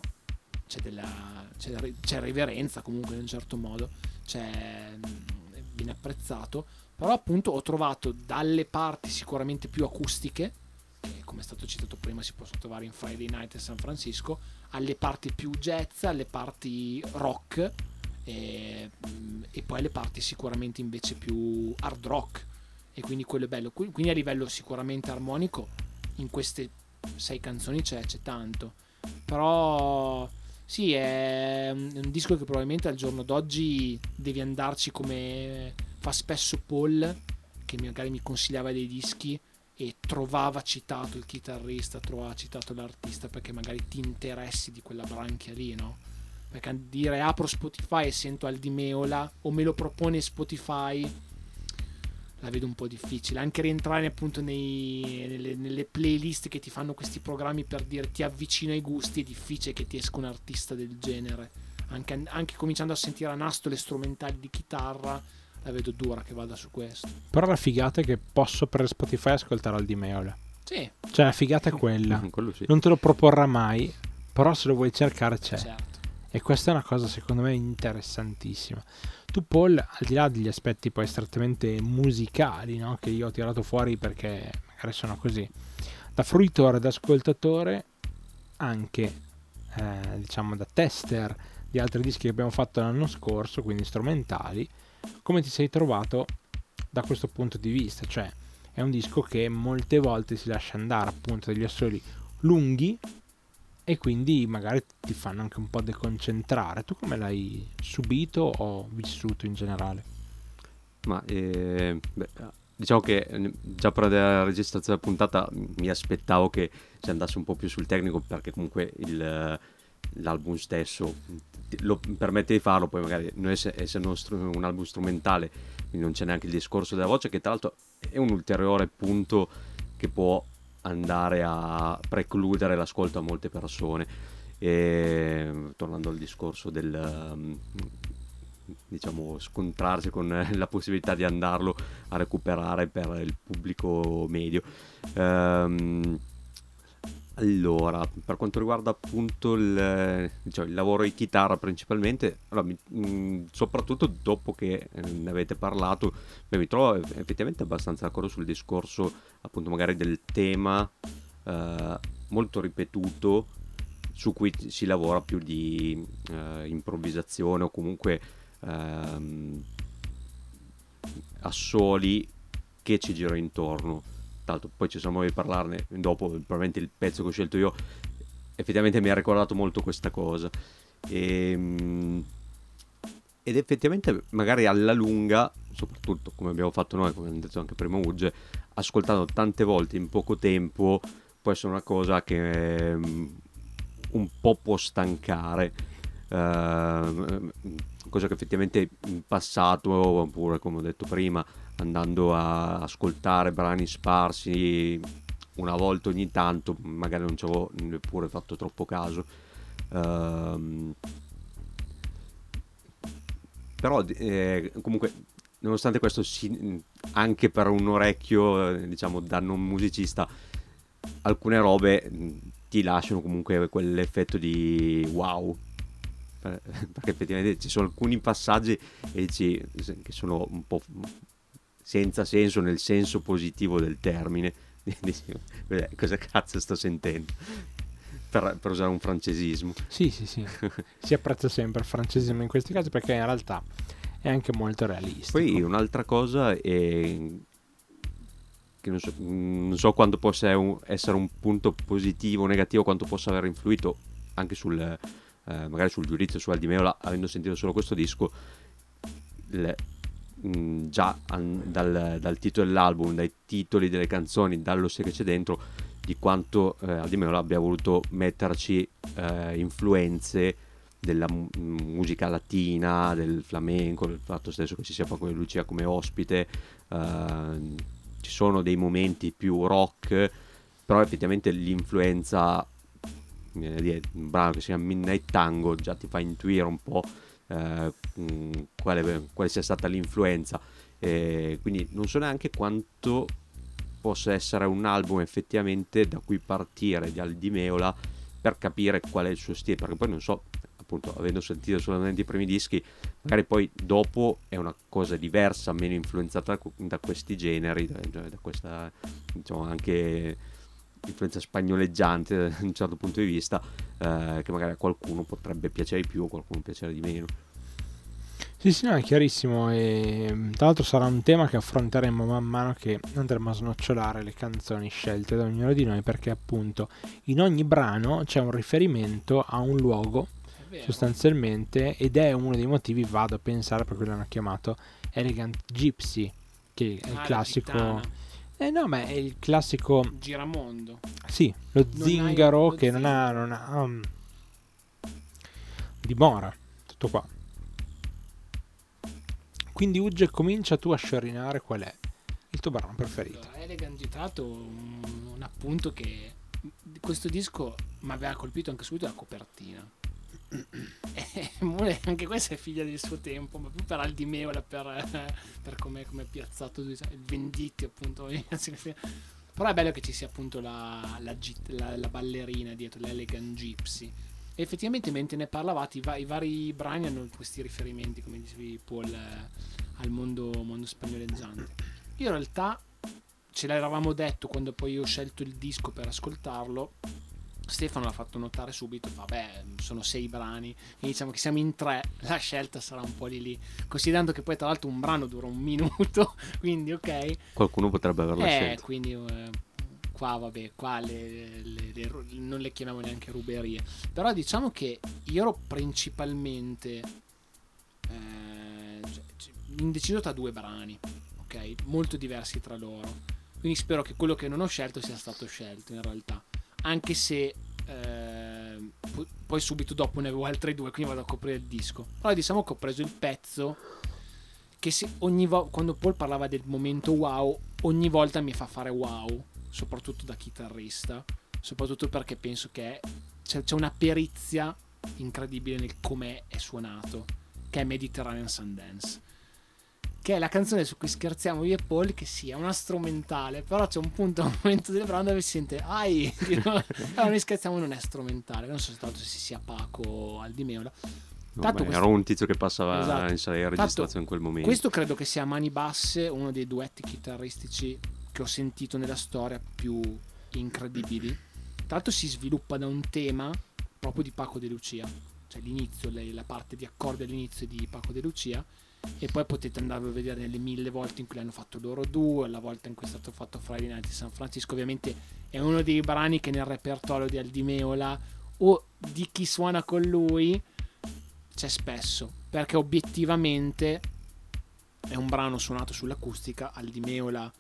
c'è riverenza comunque in un certo modo, viene apprezzato. Però appunto ho trovato dalle parti sicuramente più acustiche, che come è stato citato prima si possono trovare in Friday Night e San Francisco, alle parti più jazz, alle parti rock e poi alle parti sicuramente invece più hard rock, e quindi quello è bello. Quindi a livello sicuramente armonico in queste 6 canzoni c'è tanto, però sì, è un disco che probabilmente al giorno d'oggi devi andarci come fa spesso Paul, che magari mi consigliava dei dischi e trovava citato il chitarrista, trovava citato l'artista, perché magari ti interessi di quella branchia lì, no? Perché dire apro Spotify e sento Aldi Meola o me lo propone Spotify la vedo un po' difficile. Anche rientrare appunto nelle playlist che ti fanno questi programmi per dire ti avvicino ai gusti, è difficile che ti esca un artista del genere. Anche cominciando a sentire a nastro le strumentali di chitarra, la vedo dura che vada su questo. Però la figata è che posso per Spotify ascoltare Aldi Meola. Sì, Cioè la figata è quella. Quello sì. Non te lo proporrà mai, però se lo vuoi cercare c'è. certo. E questa è una cosa secondo me interessantissima. Tu Paul, al di là degli aspetti poi strettamente musicali, no? Che io ho tirato fuori perché magari sono così, da fruitore, da ascoltatore, anche diciamo da tester di altri dischi che abbiamo fatto l'anno scorso, quindi strumentali, come ti sei trovato da questo punto di vista? Cioè è un disco che molte volte si lascia andare appunto degli assoli lunghi e quindi magari ti fanno anche un po' deconcentrare. Tu come l'hai subito o vissuto in generale? Ma diciamo che già per la registrazione della puntata mi aspettavo che si andasse un po' più sul tecnico, perché comunque l'album stesso lo permette di farlo. Poi magari noi essendo un album strumentale, quindi non c'è neanche il discorso della voce, che tra l'altro è un ulteriore punto che può andare a precludere l'ascolto a molte persone. E tornando al discorso del diciamo scontrarsi con la possibilità di andarlo a recuperare per il pubblico medio. Allora, per quanto riguarda appunto diciamo, il lavoro di chitarra principalmente, allora, soprattutto dopo che ne avete parlato, mi trovo effettivamente abbastanza d'accordo sul discorso appunto magari del tema molto ripetuto, su cui si lavora più di improvvisazione o comunque assoli che ci girano intorno. Tanto poi ci siamo di parlarne dopo. Probabilmente il pezzo che ho scelto io effettivamente mi ha ricordato molto questa cosa, ed effettivamente magari alla lunga, soprattutto come abbiamo fatto noi, come hanno detto anche prima Uge, ascoltando tante volte in poco tempo può essere una cosa che un po' può stancare, cosa che effettivamente in passato, oppure come ho detto prima, andando a ascoltare brani sparsi una volta ogni tanto, magari non ci avevo neppure fatto troppo caso. Però comunque, nonostante questo, anche per un orecchio diciamo da non musicista, alcune robe ti lasciano comunque quell'effetto di wow, perché effettivamente ci sono alcuni passaggi che sono un po' senza senso, nel senso positivo del termine. Cosa cazzo sto sentendo, per usare un francesismo. Sì, si apprezza sempre il francesismo in questi casi, perché in realtà è anche molto realistico. Poi un'altra cosa è che non so quanto possa essere un punto positivo o negativo, quanto possa aver influito anche magari sul giudizio su Al Di Meola, avendo sentito solo questo disco. Già dal titolo dell'album, dai titoli delle canzoni, dallo stile che c'è dentro, di quanto Al Di Meola abbia voluto metterci influenze della musica latina, del flamenco, del fatto stesso che ci sia proprio Lucia come ospite. Ci sono dei momenti più rock, però effettivamente l'influenza, un brano che si chiama Midnight Tango già ti fa intuire un po' quale sia stata l'influenza, quindi non so neanche quanto possa essere un album effettivamente da cui partire di Al Di Meola per capire qual è il suo stile, perché poi non so, appunto, avendo sentito solamente i primi dischi, magari poi dopo è una cosa diversa, meno influenzata da questi generi, da questa, diciamo, anche influenza spagnoleggiante da un certo punto di vista, che magari a qualcuno potrebbe piacere di più o a qualcuno piacere di meno. Sì, no, è chiarissimo, e tra l'altro sarà un tema che affronteremo man mano che andremo a snocciolare le canzoni scelte da ognuno di noi, perché appunto in ogni brano c'è un riferimento a un luogo sostanzialmente, ed è uno dei motivi, vado a pensare, per cui l'hanno chiamato Elegant Gypsy, che è il classico... no, ma è il classico giramondo. Sì, lo zingaro che non ha dimora, tutto qua. Quindi Uge, comincia tu a sciorinare qual è il tuo brano preferito. Allora, Elegant Gitato, un appunto che questo disco mi aveva colpito anche subito la copertina. Anche questa è figlia del suo tempo, ma più per Al Di Meola, per come è piazzato il Venditti, appunto. Però Però è bello che ci sia appunto la ballerina dietro, l'Elegant Gypsy. E effettivamente mentre ne parlavate i vari brani hanno questi riferimenti, come dicevi Paul, al mondo spagnoleggiante. Io in realtà ce l'eravamo detto quando poi ho scelto il disco per ascoltarlo. Stefano l'ha fatto notare subito, vabbè, sono 6 brani, quindi diciamo che siamo in 3, la scelta sarà un po' lì, considerando che poi tra l'altro un brano dura 1 minuto, quindi ok. Qualcuno potrebbe averla scelta. Quindi qua vabbè, qua non le chiamiamo neanche ruberie, però diciamo che io ero principalmente indeciso tra 2 brani, ok, molto diversi tra loro, quindi spero che quello che non ho scelto sia stato scelto in realtà. Anche se poi subito dopo ne avevo altre 2, quindi vado a coprire il disco. Allora diciamo che ho preso il pezzo che ogni volta, quando Paul parlava del momento wow, ogni volta mi fa fare wow, soprattutto da chitarrista, soprattutto perché penso che c'è una perizia incredibile nel come è suonato, che è Mediterranean Sundance, che è la canzone su cui scherziamo io e Paul, che sì, è una strumentale, però c'è un momento del brano dove si sente allora noi scherziamo, non è strumentale, non so se sia Paco o Aldi Meola. Era un tizio che passava esatto, in sala di registrazione in quel momento. Questo credo che sia a mani basse uno dei duetti chitarristici che ho sentito nella storia più incredibili. Tra l'altro si sviluppa da un tema proprio di Paco de Lucia, cioè l'inizio, la parte di accordi all'inizio di Paco de Lucia, e poi potete andarlo a vedere nelle 1000 volte in cui l'hanno fatto loro due, la volta in cui è stato fatto Friday Night di San Francisco. Ovviamente è uno dei brani che nel repertorio di Aldi Meola o di chi suona con lui c'è spesso, perché obiettivamente è un brano suonato sull'acustica, Aldi Meola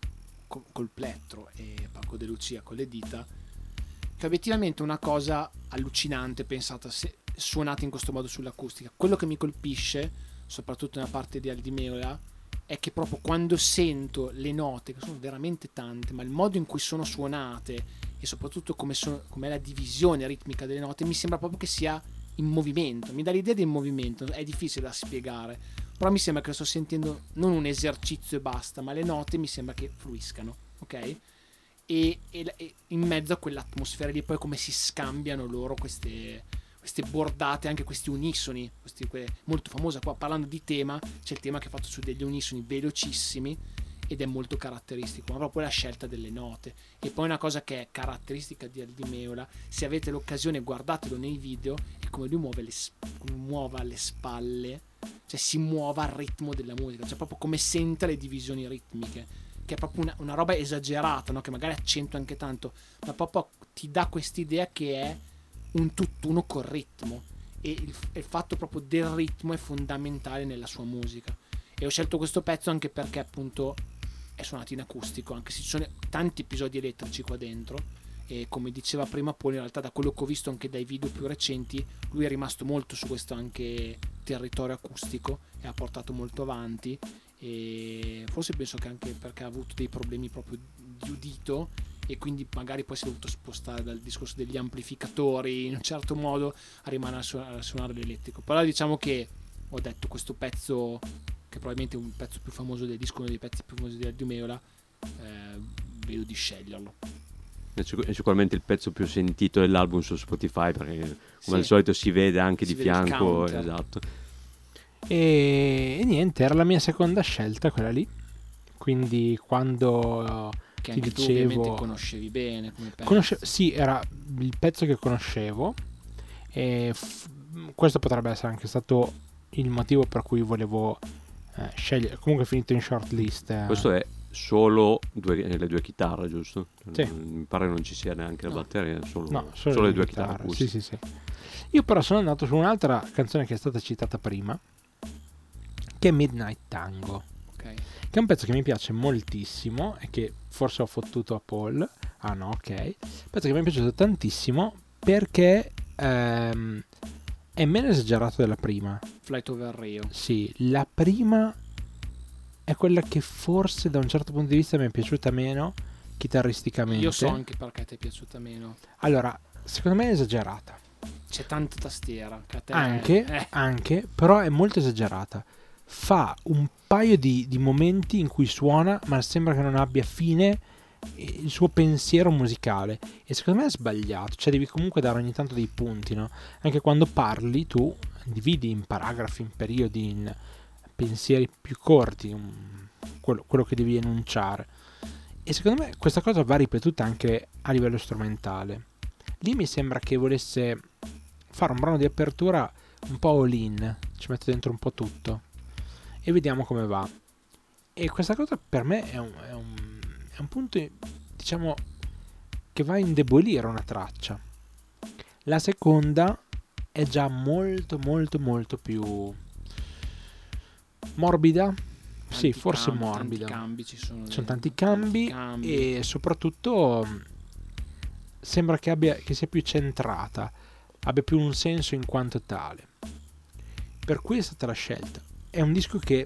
col plettro e Paco de Lucia con le dita, che obiettivamente è una cosa allucinante pensata suonata in questo modo sull'acustica. Quello che mi colpisce soprattutto nella parte di Aldi Meola è che proprio quando sento le note, che sono veramente tante, ma il modo in cui sono suonate e soprattutto com'è la divisione ritmica delle note, mi sembra proprio che sia in movimento, mi dà l'idea del movimento, è difficile da spiegare, però mi sembra che sto sentendo non un esercizio e basta, ma le note mi sembra che fluiscano, ok? E in mezzo a quell'atmosfera lì poi come si scambiano loro queste bordate, anche questi unisoni, molto famosa qua. Parlando di tema, c'è il tema che è fatto su degli unisoni velocissimi ed è molto caratteristico, ma proprio la scelta delle note. E poi una cosa che è caratteristica di Aldi Meola, se avete l'occasione guardatelo nei video, è come lui muova le spalle, cioè si muova al ritmo della musica, cioè proprio come sente le divisioni ritmiche, che è proprio una roba esagerata, no? Che magari accentua anche tanto, ma proprio ti dà quest'idea che è un tutt'uno col ritmo, e il fatto proprio del ritmo è fondamentale nella sua musica. E ho scelto questo pezzo anche perché appunto è suonato in acustico, anche se ci sono tanti episodi elettrici qua dentro, e come diceva prima Paul, in realtà da quello che ho visto anche dai video più recenti, lui è rimasto molto su questo anche territorio acustico e ha portato molto avanti, e forse penso che anche perché ha avuto dei problemi proprio di udito e quindi magari poi si è dovuto spostare dal discorso degli amplificatori in un certo modo a rimanere a suonare l'elettrico. Però diciamo che ho detto questo pezzo, che probabilmente è un pezzo più famoso del disco, uno dei pezzi più famosi di Aldi Meola, vedo di sceglierlo. È sicuramente il pezzo più sentito dell'album su Spotify, perché come sì, al solito si vede anche di fianco, esatto. E niente, era la mia seconda scelta quella lì, quindi quando che ti anche tu dicevo ovviamente conoscevi bene come pezzo. Sì, era il pezzo che conoscevo, e questo potrebbe essere anche stato il motivo per cui volevo scegliere. Comunque è finito in shortlist. Questo è solo le due chitarre, giusto? Sì. Mi pare non ci sia neanche la batteria, solo le due chitarre acustiche. Sì. Io però sono andato su un'altra canzone che è stata citata prima, che è Midnight Tango, okay, che è un pezzo che mi piace moltissimo e che forse ho fottuto a Paul. Ah no, ok. Pezzo che mi è piaciuto tantissimo perché è meno esagerato della prima. Flight Over Rio. Sì, la prima è quella che forse da un certo punto di vista mi è piaciuta meno chitarristicamente. Io so anche perché ti è piaciuta meno. Allora, secondo me è esagerata. C'è tanta tastiera che a te anche, però è molto esagerata. Fa un paio di momenti in cui suona, ma sembra che non abbia fine, il suo pensiero musicale, e secondo me è sbagliato, cioè devi comunque dare ogni tanto dei punti, no? Anche quando parli tu dividi in paragrafi, in periodi, in pensieri più corti quello che devi enunciare, e secondo me questa cosa va ripetuta anche a livello strumentale. Lì mi sembra che volesse fare un brano di apertura un po' all in, ci mette dentro un po' tutto e vediamo come va. E questa cosa per me è un punto, diciamo, che va a indebolire una traccia. La seconda è già molto molto molto più morbida, sì, forse morbida. Tanti cambi ci sono. Ci sono tanti cambi e soprattutto sembra che sia più centrata, abbia più un senso in quanto tale. Per cui è stata la scelta. È un disco che,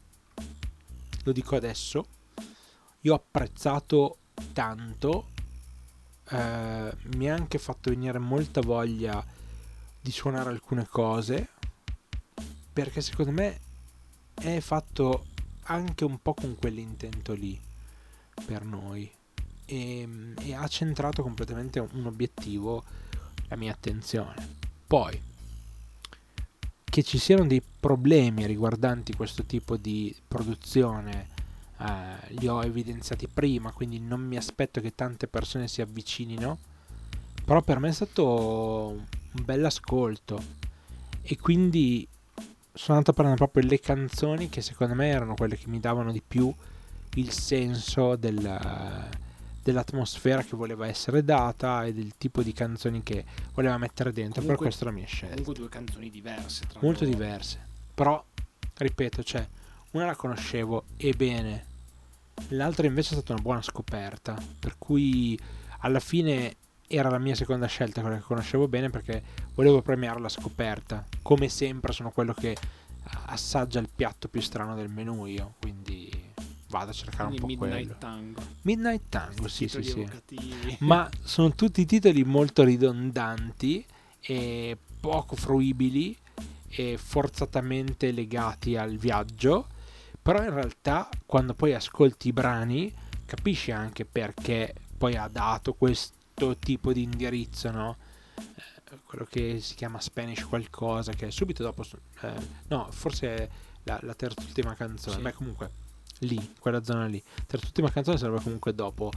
lo dico adesso, io ho apprezzato tanto, mi ha anche fatto venire molta voglia di suonare alcune cose, perché secondo me è fatto anche un po' con quell'intento lì per noi, e ha centrato completamente un obiettivo, la mia attenzione. Poi che ci siano dei problemi riguardanti questo tipo di produzione, li ho evidenziati prima, quindi non mi aspetto che tante persone si avvicinino, però per me è stato un bel ascolto, e quindi sono andato a prendere proprio le canzoni che secondo me erano quelle che mi davano di più il senso dell'atmosfera che voleva essere data e del tipo di canzoni che voleva mettere dentro. Comunque, per questo la mia scelta. Comunque due canzoni diverse, molto diverse, però ripeto, cioè una la conoscevo e bene, l'altra invece è stata una buona scoperta, per cui alla fine era la mia seconda scelta, quella che conoscevo bene, perché volevo premiare la scoperta. Come sempre sono quello che assaggia il piatto più strano del menù io, quindi vado a cercare un po' quello. Midnight Tango, sì. Ma sono tutti titoli molto ridondanti e poco fruibili e forzatamente legati al viaggio, però in realtà quando poi ascolti i brani capisci anche perché poi ha dato questo tipo di indirizzo, no? Quello che si chiama Spanish qualcosa, che è subito dopo, no, forse è la terz'ultima canzone, sì. Beh, comunque lì, quella zona lì, terz'ultima canzone sarebbe comunque dopo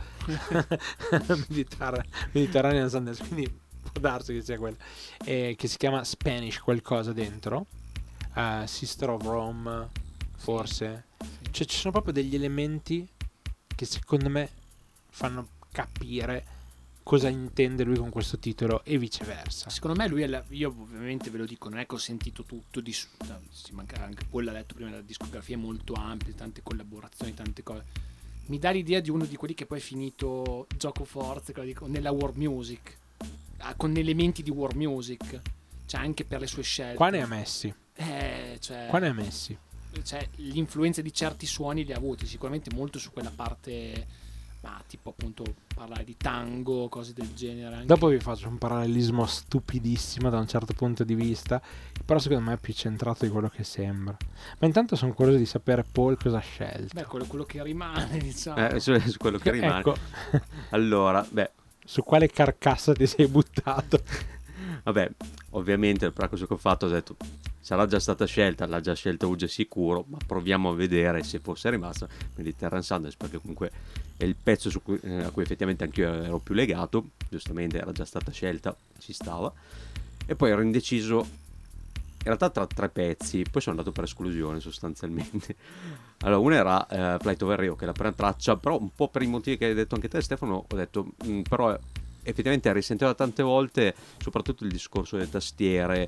Mediterranean Sundance, quindi può darsi che sia quella, che si chiama Spanish qualcosa dentro, Sister of Rome forse, sì. Cioè ci sono proprio degli elementi che secondo me fanno capire cosa intende lui con questo titolo e viceversa. Secondo me lui io ovviamente ve lo dico, non è che ho sentito tutto si manca anche poi l'ha detto prima, la discografia è molto ampia, tante collaborazioni, tante cose. Mi dà l'idea di uno di quelli che poi è finito gioco forza nella world music, con elementi di world music, cioè anche per le sue scelte. Qua ne ha messi. Qua ne ha messi. Cioè l'influenza di certi suoni li ha avuti sicuramente molto su quella parte, ma tipo appunto parlare di tango, cose del genere anche. Dopo vi faccio un parallelismo stupidissimo da un certo punto di vista, però secondo me è più centrato di quello che sembra. Ma intanto sono curioso di sapere Paul cosa ha scelto. Beh, quello che rimane, diciamo. Su quello che rimane. Ecco. Allora, su quale carcassa ti sei buttato? Vabbè, ovviamente il percorso che ho fatto ho detto sarà già stata scelta, l'ha già scelta Uge sicuro, ma proviamo a vedere se fosse rimasta Mediterranean Sundance, perché comunque è il pezzo a cui effettivamente anch'io ero più legato, giustamente era già stata scelta, ci stava, e poi ero indeciso in realtà tra tre pezzi, poi sono andato per esclusione sostanzialmente. Allora, una era Flight Over Rio, che è la prima traccia, però un po' per i motivi che hai detto anche te Stefano, ho detto però effettivamente risentivo tante volte, soprattutto il discorso delle tastiere,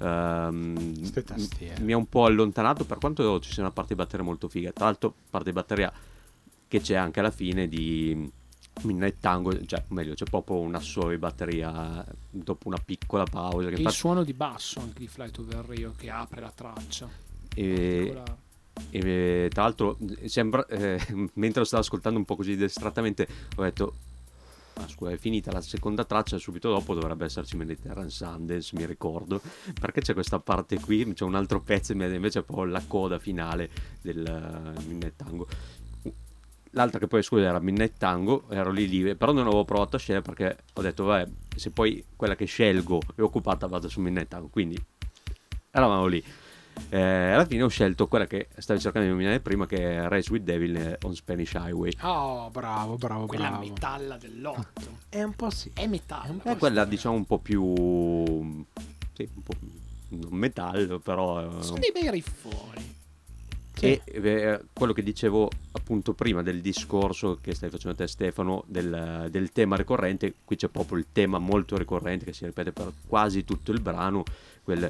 mi ha un po' allontanato, per quanto ci sia una parte di batteria molto figa, tra l'altro parte di batteria che c'è anche alla fine di Midnight Tango, cioè meglio c'è proprio una sola di batteria dopo una piccola pausa, che il suono di basso anche di Flight Over Rio che apre la traccia, e tra l'altro sembra mentre lo stavo ascoltando un po' così distrattamente ho detto scusa, è finita la seconda traccia, subito dopo dovrebbe esserci Mediterranean Sundance, mi ricordo, perché c'è questa parte qui, c'è un altro pezzo invece è proprio la coda finale del Midnight Tango. l'altra che poi scusa era Midnight Tango, ero lì, però non avevo provato a scegliere perché ho detto vabbè, se poi quella che scelgo è occupata vado su Midnight Tango, quindi eravamo lì. Alla fine ho scelto quella che stavi cercando di nominare prima, che è Race with Devil on Spanish Highway. Oh, bravo. Quella metalla dell'8. È un po' sì. È metalla. È quella diciamo un po' più... sì, un po' non metallo, però... sono dei bei riffoni. E quello che dicevo appunto prima del discorso che stai facendo te Stefano del tema ricorrente, qui c'è proprio il tema molto ricorrente che si ripete per quasi tutto il brano, quel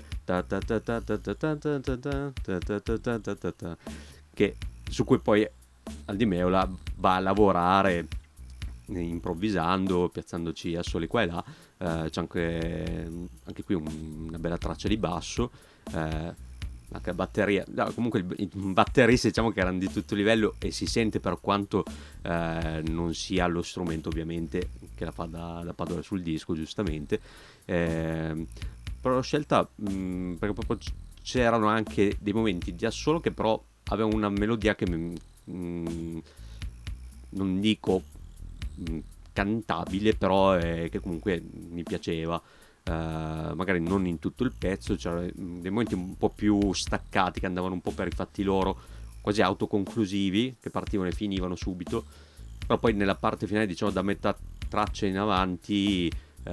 che su cui poi Al Di Meola va a lavorare improvvisando, piazzandoci assoli qua e là. C'è anche qui una bella traccia di basso, anche la batteria, no, comunque i batteristi diciamo che erano di tutto livello e si sente, per quanto non sia lo strumento ovviamente che la fa da padrone sul disco, giustamente, però l'ho scelta perché proprio c'erano anche dei momenti di assolo che però avevano una melodia che non dico cantabile, però che comunque mi piaceva. Magari non in tutto il pezzo, c'erano dei momenti un po' più staccati che andavano un po' per i fatti loro, quasi autoconclusivi, che partivano e finivano subito, però poi nella parte finale, diciamo da metà traccia in avanti,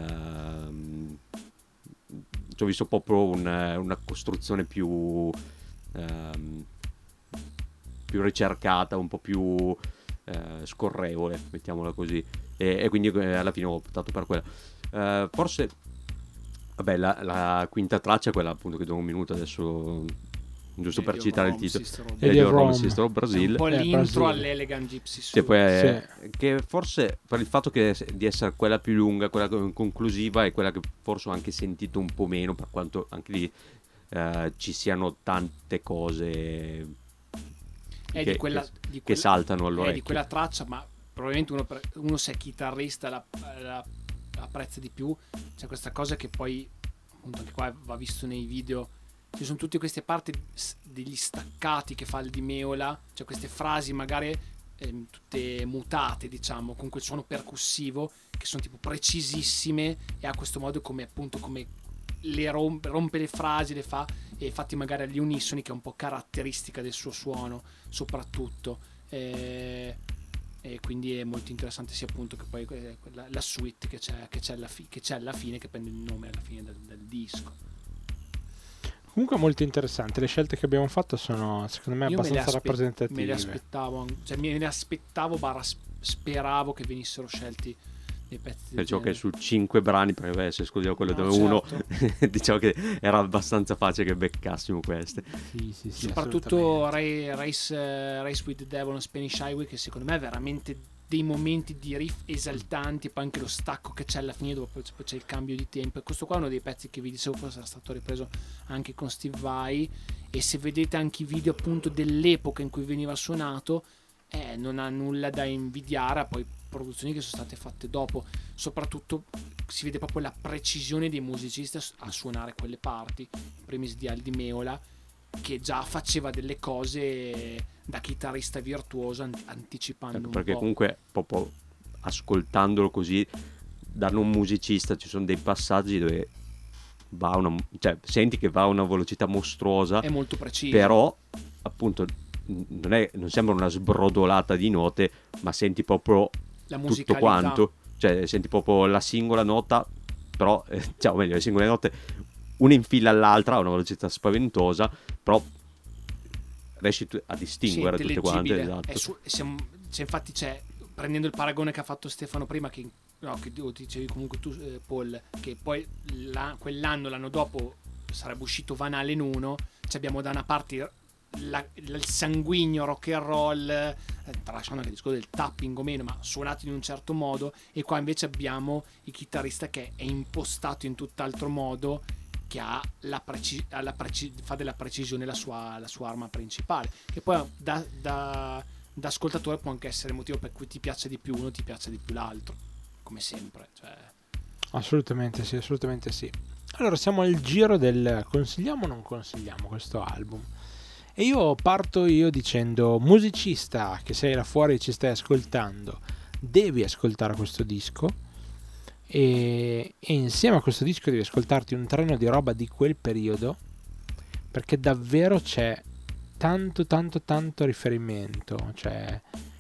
ci ho visto proprio una costruzione più ricercata, un po' più scorrevole, mettiamola così, e quindi alla fine ho optato per quella. Forse vabbè, la quinta traccia è quella appunto che do un minuto adesso, giusto per citare il titolo, Eddie Rome, Sister of Brazil, un po' l'intro all'Elegant Gypsy Suite, poi che forse per il fatto di essere quella più lunga, quella conclusiva, è quella che forse ho anche sentito un po' meno, per quanto anche lì ci siano tante cose che saltano all'orecchio. Di quella traccia, ma probabilmente uno se è chitarrista la apprezza di più. C'è questa cosa che poi appunto anche qua va visto nei video, ci sono tutte queste parti degli staccati che fa il Di Meola, cioè queste frasi magari tutte mutate, diciamo, con quel suono percussivo, che sono tipo precisissime, e ha questo modo come appunto come le rompe le frasi, le fa, e infatti magari agli unisoni, che è un po' caratteristica del suo suono soprattutto, e quindi è molto interessante sia appunto che poi la suite che c'è alla fine, che prende il nome alla fine del disco. Comunque molto interessante, le scelte che abbiamo fatto sono secondo me abbastanza rappresentative. Me le aspettavo, speravo che venissero scelti dei pezzi del genere. Che su 5 brani, perché se escludiamo quello dove uno diciamo che era abbastanza facile che beccassimo queste. Sì, soprattutto Race with the Devil on Spanish Highway, che secondo me è veramente dei momenti di riff esaltanti, poi anche lo stacco che c'è alla fine, dopo c'è il cambio di tempo, e questo qua è uno dei pezzi che vi dicevo forse era stato ripreso anche con Steve Vai, e se vedete anche i video appunto dell'epoca in cui veniva suonato, non ha nulla da invidiare a poi produzioni che sono state fatte dopo. Soprattutto si vede proprio la precisione dei musicisti a suonare quelle parti, in primis di Al Di Meola, che già faceva delle cose da chitarrista virtuoso, anticipando un po'. Perché comunque proprio ascoltandolo così da non musicista ci sono dei passaggi dove senti che va a una velocità mostruosa, è molto preciso, però appunto non sembra una sbrodolata di note, ma senti proprio la tutto quanto, cioè senti proprio la singola nota, però o meglio, le singole note una in fila all'altra a una velocità spaventosa, però riesci a distinguere tutte quante. Esatto. Infatti prendendo il paragone che ha fatto Stefano prima, che dicevi comunque tu, Paul, che poi l'anno dopo sarebbe uscito Van Halen 1, abbiamo da una parte il sanguigno rock and roll, tralasciando anche il discorso del tapping o meno, ma suonato in un certo modo, e qua invece abbiamo il chitarrista che è impostato in tutt'altro modo, che ha fa della precisione la sua arma principale, che poi da ascoltatore può anche essere il motivo per cui ti piace di più uno, ti piace di più l'altro, come sempre, Assolutamente sì. Allora siamo al giro del consigliamo o non consigliamo questo album, E io parto dicendo: musicista che sei là fuori e ci stai ascoltando, devi ascoltare questo disco, e insieme a questo disco devi ascoltarti un treno di roba di quel periodo, perché davvero c'è tanto riferimento. Cioè,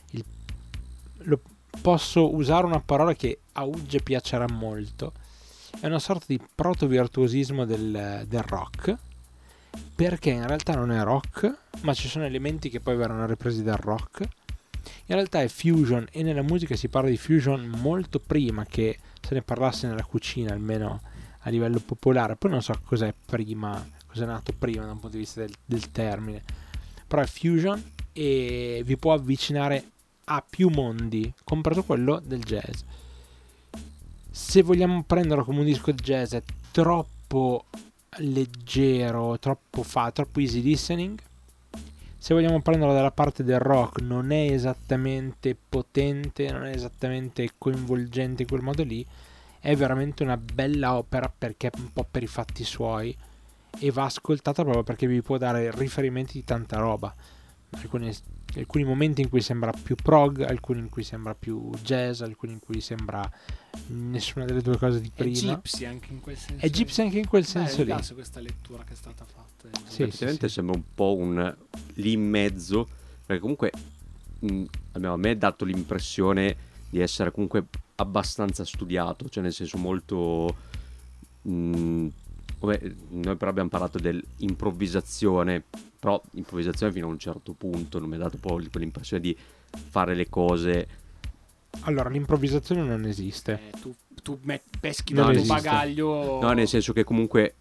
posso usare una parola che a Ugge piacerà molto: è una sorta di proto-virtuosismo del rock, perché in realtà non è rock, ma ci sono elementi che poi verranno ripresi dal rock. In realtà è fusion, e nella musica si parla di fusion molto prima che se ne parlasse nella cucina, almeno a livello popolare. Poi non so cos'è nato prima da un punto di vista del termine, però è fusion e vi può avvicinare a più mondi, compreso quello del jazz. Se vogliamo prenderlo come un disco di jazz, è troppo leggero, troppo easy listening. Se vogliamo prenderlo dalla parte del rock, non è esattamente potente, non è esattamente coinvolgente in quel modo lì. È veramente una bella opera, perché è un po' per i fatti suoi, e va ascoltata proprio perché vi può dare riferimenti di tanta roba. Alcuni momenti in cui sembra più prog, alcuni in cui sembra più jazz, alcuni in cui sembra nessuna delle due cose di prima. È gypsy anche in quel senso. È gypsy anche in quel senso lì. Mi piace questa lettura che è stata fatta. Sì, effettivamente sembra un po' un lì in mezzo, perché comunque almeno a me è dato l'impressione di essere comunque abbastanza studiato, cioè nel senso molto noi però abbiamo parlato dell'improvvisazione, però improvvisazione fino a un certo punto, non mi ha dato poi quell'impressione di fare le cose. Allora, l'improvvisazione non esiste. Tu peschi Non dal tuo esiste. bagaglio. No, nel senso che comunque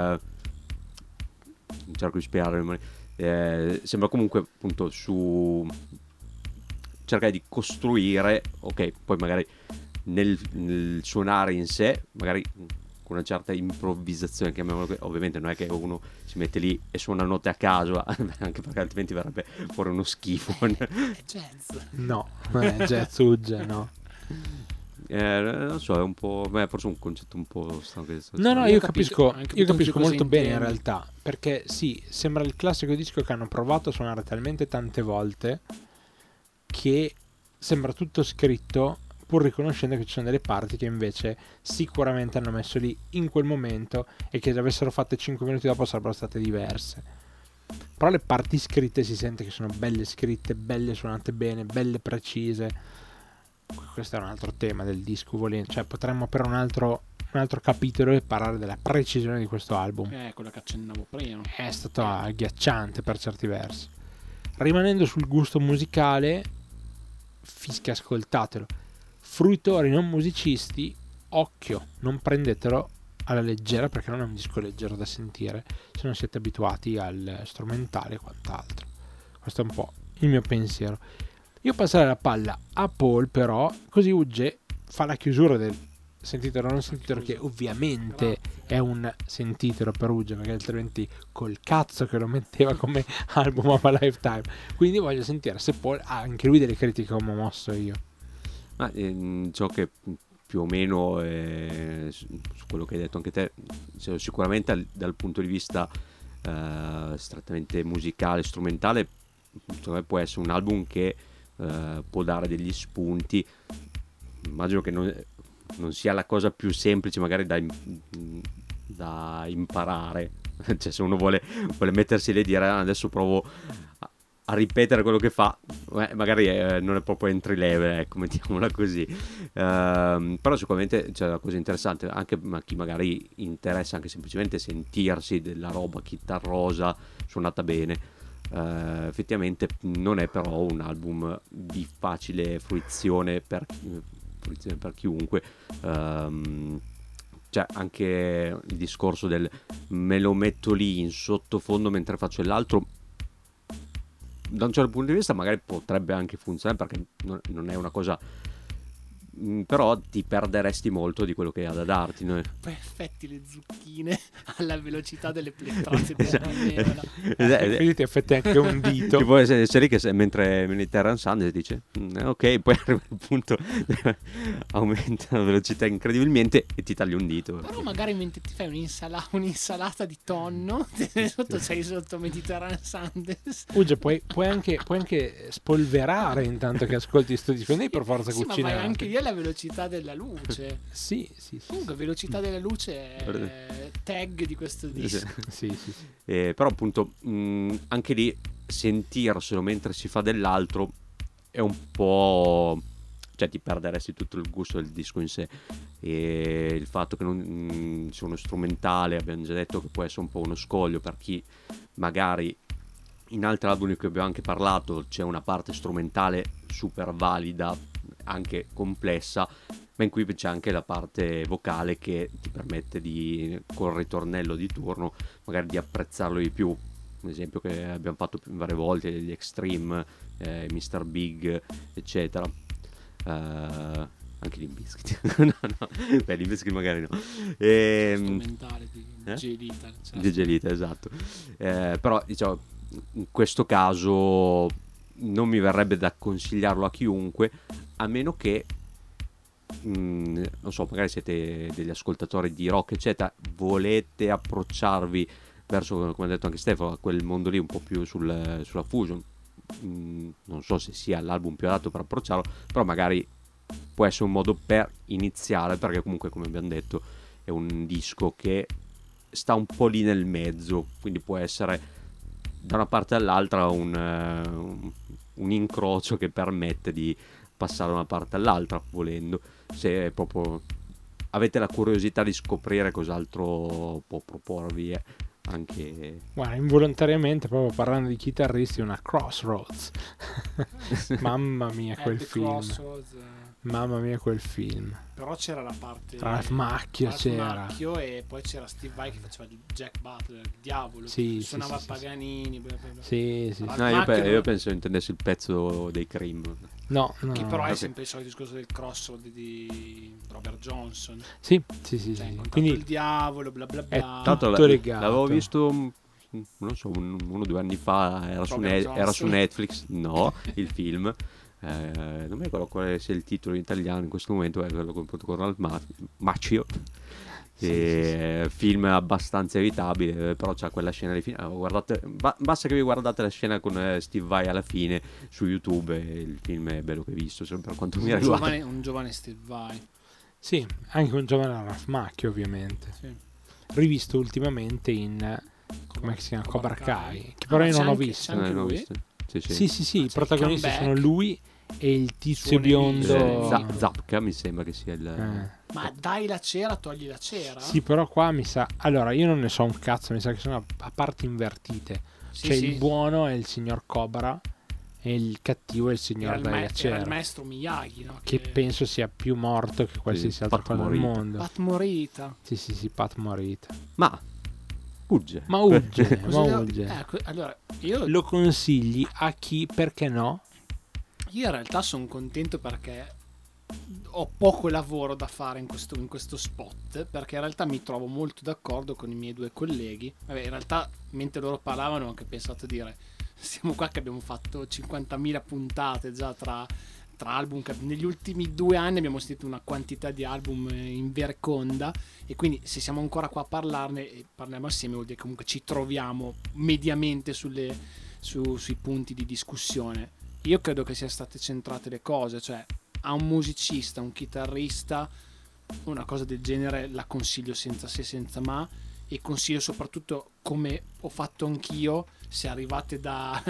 cerco di spiegarmi, sembra comunque appunto su cercare di costruire, ok, poi magari nel suonare in sé, magari con una certa improvvisazione, ovviamente non è che uno si mette lì e suona note a caso, anche perché altrimenti verrebbe fuori uno schifo. È jazz. No, jazz Ugge, no. Non so, è un po', forse un concetto un po' strano. No, Io io ho capito capisco cosa molto bene in intendi. realtà, perché sì, sembra il classico disco che hanno provato a suonare talmente tante volte che sembra tutto scritto, pur riconoscendo che ci sono delle parti che invece sicuramente hanno messo lì in quel momento e che se avessero fatte 5 minuti dopo sarebbero state diverse. Però le parti scritte si sente che sono belle scritte, belle suonate bene, belle precise. Questo è un altro tema del disco, volendo, cioè potremmo per un altro capitolo e parlare della precisione di questo album. Quello che accennavo prima. È stato agghiacciante per certi versi. Rimanendo sul gusto musicale, fischia, ascoltatelo. Fruitori non musicisti, occhio, non prendetelo alla leggera, perché non è un disco leggero da sentire se non siete abituati al strumentale e quant'altro. Questo è un po' il mio pensiero. Io passerei la palla a Paul, però, così Ugge fa la chiusura del sentitelo o non sentitelo, che ovviamente è un sentitelo per Ugge, perché altrimenti col cazzo che lo metteva come album of a lifetime. Quindi voglio sentire se Paul ha anche lui delle critiche come ho mosso io. Ma ciò che più o meno su quello che hai detto anche te, sicuramente dal punto di vista strettamente musicale, strumentale, secondo me può essere un album che può dare degli spunti. Immagino che non sia la cosa più semplice magari da imparare, cioè se uno vuole mettersi lì e dire adesso provo a ripetere quello che fa, magari non è proprio entry level, ecco, mettiamola così. Però sicuramente c'è una cosa interessante anche a chi magari interessa anche semplicemente sentirsi della roba chitarrosa suonata bene. Effettivamente non è però un album di facile fruizione per chiunque. Cioè anche il discorso del me lo metto lì in sottofondo mentre faccio l'altro, da un certo punto di vista magari potrebbe anche funzionare, perché non è una cosa però ti perderesti molto di quello che ha da darti. No? Poi effetti le zucchine alla velocità delle plettrate quindi ti effetti anche un dito. Tipo, c'è lì che mentre Mediterranean Sun dice ok, poi arriva il punto aumenta la velocità incredibilmente e ti tagli un dito. Però magari mentre ti fai un'insalata di tonno sotto sei sotto Mediterranean Sundays. Uge, puoi anche spolverare intanto che ascolti sto disco, non devi per forza cucinare. Ma vai anche lì alla velocità della luce. Sì. Comunque velocità della luce è tag di questo disco. Sì. Però appunto anche lì sentirselo mentre si fa dell'altro è un po', cioè ti perderesti tutto il gusto del disco in sé, e il fatto che non sia uno strumentale, abbiamo già detto che può essere un po' uno scoglio per chi magari in altri album di cui abbiamo anche parlato c'è una parte strumentale super valida, anche complessa, ma in cui c'è anche la parte vocale che ti permette di, col ritornello di turno, magari di apprezzarlo di più. Un esempio che abbiamo fatto varie volte, gli Extreme, Mr. Big, eccetera. Anche Limp Bizkit. no, beh, Limp Bizkit magari no. Strumentale di Gelita. Di Gelita, esatto. Però diciamo, in questo caso non mi verrebbe da consigliarlo a chiunque, a meno che non so, magari siete degli ascoltatori di rock eccetera, volete approcciarvi verso, come ha detto anche Stefano, a quel mondo lì un po' più sulla fusion. Non so se sia l'album più adatto per approcciarlo, però magari può essere un modo per iniziare, perché comunque, come abbiamo detto, è un disco che sta un po' lì nel mezzo, quindi può essere da una parte all'altra un incrocio che permette di passare da una parte all'altra, volendo, se proprio avete la curiosità di scoprire cos'altro può proporvi. Anche, guarda, involontariamente, proprio parlando di chitarristi, una Crossroads. Mamma mia quel film. Mamma mia quel film. Però c'era la parte Ralph Macchio c'era. E poi c'era Steve Vai che faceva il Jack Butler, il diavolo, suonava Paganini. Sì. No, io penso intendessi il pezzo dei Cream. No. Che però è sempre il solito discorso del Crossroad di Robert Johnson. Sì. Cioè, Quindi il diavolo, bla bla bla. È tutto legato. L'avevo visto, non so, 1 o 2 anni fa, era su Netflix, no, il film. Non mi ricordo quale sia il titolo in italiano in questo momento, è quello con Ralph Macchio. Film abbastanza evitabile, però c'ha quella scena di fine. Guardate, basta che vi guardate la scena con Steve Vai alla fine su YouTube, e il film è bello che visto, per quanto mi riguarda. Un giovane Steve Vai. Sì, anche un giovane Ralph Macchio, ovviamente. Sì. Rivisto ultimamente in come si chiama? Cobra Kai, che però io non ho visto. Anche lui? Sì, i protagonisti sono lui e il tizio biondo Zapka, mi sembra che sia il Ma dai la cera, togli la cera? Sì, però qua mi sa, allora io non ne so un cazzo, mi sa che sono a parti invertite. Il buono è il signor Cobra e il cattivo è il signor Dai la cera. Era il maestro Miyagi, no? Che penso sia più morto che qualsiasi altra cosa al mondo. Pat Morita. Sì, Pat Morita. Ma Ugge. Allora, io lo consigli a chi, perché no? Io in realtà sono contento perché ho poco lavoro da fare in questo spot, perché in realtà mi trovo molto d'accordo con i miei 2 colleghi. Vabbè, in realtà mentre loro parlavano ho anche pensato a dire, siamo qua che abbiamo fatto 50.000 puntate già tra album, negli ultimi 2 anni abbiamo sentito una quantità di album in vereconda, e quindi se siamo ancora qua a parlarne e parliamo assieme vuol dire che comunque ci troviamo mediamente sui punti di discussione. Io credo che siano state centrate le cose, cioè a un musicista, un chitarrista, una cosa del genere la consiglio senza se senza ma, e consiglio soprattutto, come ho fatto anch'io, se arrivate da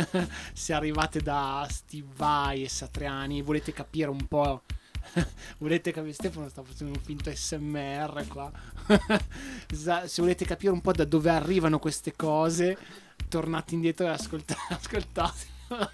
Steve Vai e Satriani, volete capire un po', Stefano sta facendo un finto SMR qua se volete capire un po' da dove arrivano queste cose, tornate indietro e ascoltate.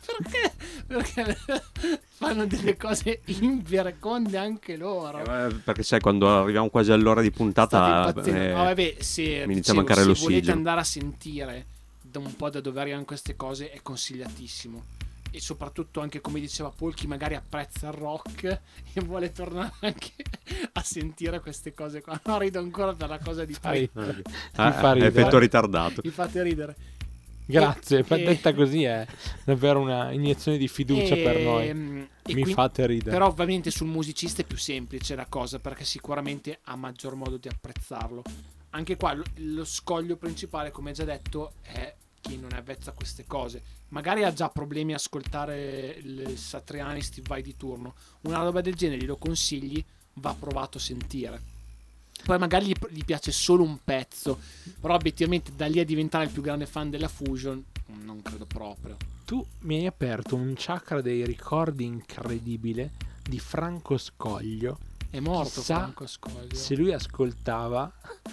Perché fanno delle cose invereconde anche loro, perché sai, quando arriviamo quasi all'ora di puntata se mi inizia a mancare l'ossigeno. Volete andare a sentire un po' da dove arrivano queste cose, è consigliatissimo. e soprattutto anche, come diceva Paul, chi magari apprezza il rock e vuole tornare anche a sentire queste cose qua. No, rido ancora per la cosa di Fai- prima. mi fa ridere. Effetto ritardato. Mi fate ridere. Grazie, E- detta così è davvero una iniezione di fiducia per noi. e Mi quindi- fate ridere. Però ovviamente sul musicista è più semplice la cosa, perché sicuramente ha maggior modo di apprezzarlo. Anche qua lo scoglio principale, come già detto, è chi non è avvezzo a queste cose. Magari ha già problemi a ascoltare il Satriani, Steve Vai di turno. Una roba del genere glielo consigli, va provato a sentire. Poi magari gli piace solo un pezzo, però obiettivamente da lì a diventare il più grande fan della Fusion non credo proprio. Tu mi hai aperto un chakra dei ricordi incredibile di Franco Scoglio. È morto Chissà Franco Scoglio. Se lui ascoltava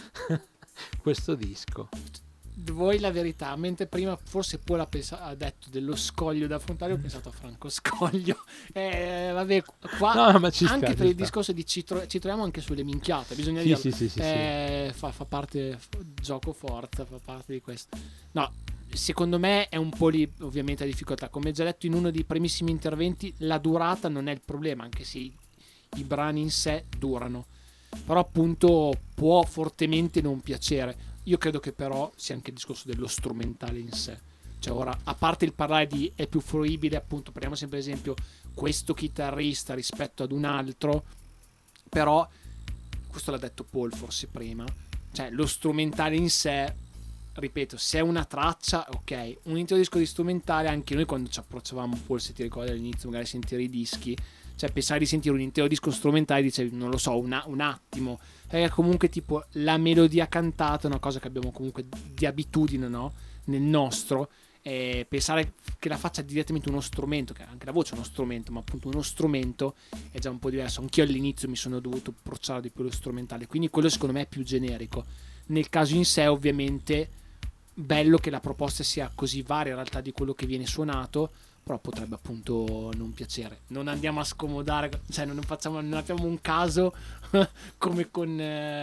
questo disco. Voi la verità, mentre prima forse Paul ha detto dello scoglio da affrontare, ho pensato a Franco Scoglio. Vabbè, qua No, ma ci sta, anche ci per il sta. discorso di ci troviamo anche sulle minchiate, bisogna Sì, dirlo. sì, sì, sì, sì. Fa parte, gioco forza, fa parte di questo. No, secondo me è un po' lì ovviamente la difficoltà. Come già detto in uno dei primissimi interventi, la durata non è il problema, anche se i brani in sé durano. Però appunto può fortemente non piacere. Io credo che però sia anche il discorso dello strumentale in sé. Cioè ora, a parte il parlare di è più fruibile, appunto, prendiamo sempre esempio questo chitarrista rispetto ad un altro, però questo l'ha detto Paul forse prima, cioè lo strumentale in sé, ripeto, se è una traccia, ok, un intero disco di strumentale, anche noi quando ci approcciavamo, Paul, se ti ricordi all'inizio, magari sentire i dischi, cioè pensare di sentire un intero disco strumentale, dicevi, non lo so, un attimo, perché comunque tipo la melodia cantata è una cosa che abbiamo comunque di abitudine, no? Nel nostro, e pensare che la faccia direttamente uno strumento, che anche la voce è uno strumento, ma appunto uno strumento è già un po' diverso. Anch'io all'inizio mi sono dovuto approcciare di più allo strumentale, quindi quello secondo me è più generico. Nel caso in sé ovviamente bello che la proposta sia così varia in realtà di quello che viene suonato, però potrebbe appunto non piacere. Non andiamo a scomodare, cioè non abbiamo un caso come con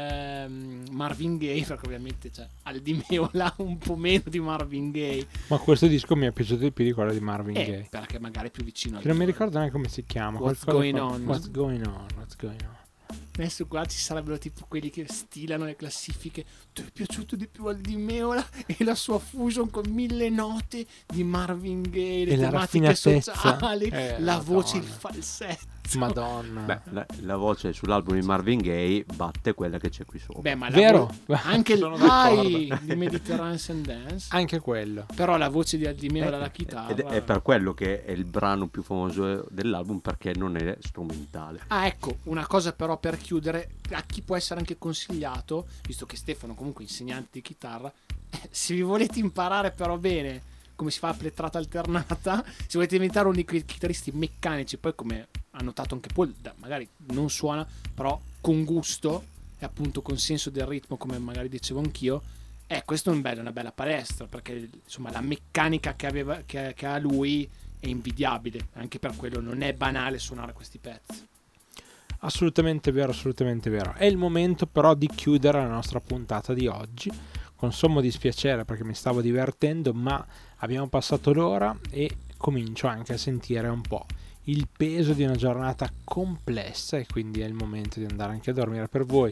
Marvin Gaye, perché ovviamente cioè, al Di Meola un po' meno di Marvin Gaye, Ma questo disco mi è piaciuto di più di quello di Marvin Gaye. perché magari è più vicino al Che non mi ricordo neanche come si chiama. What's qualcosa Going con- On. What's going on? What's going on? Adesso qua ci sarebbero tipo quelli che stilano le classifiche. Ti è piaciuto di più al Di Meola e la sua fusion con 1000 note di Marvin Gaye, le E la tematiche raffinatezza. sociali, la voce, il Madonna. falsetto. Madonna. Beh, la voce sull'album di Marvin Gaye batte quella che c'è qui sopra. Beh, ma Vero? anche il Sono d'accordo. di Mediterranean and Dance. Anche quello. Però la voce di Meola alla Ed chitarra. è per quello che è il brano più famoso dell'album, perché non è strumentale. Ah, ecco, una cosa però per chiudere, a chi può essere anche consigliato, visto che Stefano comunque è insegnante di chitarra, se vi volete imparare però bene come si fa la plettrata alternata, se volete diventare uno di quei chitarristi meccanici, poi come ha notato anche Paul, magari non suona, però con gusto e appunto con senso del ritmo, come magari dicevo anch'io, questo è una bella palestra, perché insomma la meccanica che ha lui è invidiabile, anche per quello non è banale suonare questi pezzi. Assolutamente vero, assolutamente vero. È il momento però di chiudere la nostra puntata di oggi, con sommo dispiacere perché mi stavo divertendo, ma abbiamo passato l'ora e comincio anche a sentire un po' il peso di una giornata complessa, e quindi è il momento di andare anche a dormire per voi.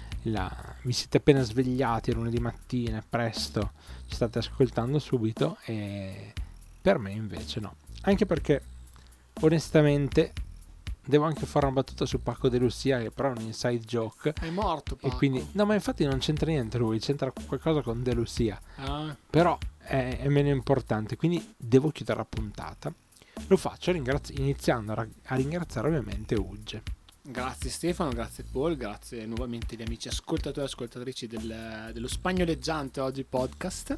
Vi siete appena svegliati lunedì mattina, presto, ci state ascoltando subito, e per me invece no. Anche perché onestamente devo anche fare una battuta su Paco De Lucia, che però è un inside joke. È morto Paco. E quindi, no, ma infatti non c'entra niente lui, c'entra qualcosa con De Lucia. Ah, Però è meno importante, quindi devo chiudere la puntata. Lo faccio iniziando a ringraziare ovviamente Ugge. grazie Stefano, grazie Paul, grazie nuovamente agli amici ascoltatori e ascoltatrici dello Spagnoleggiante oggi podcast,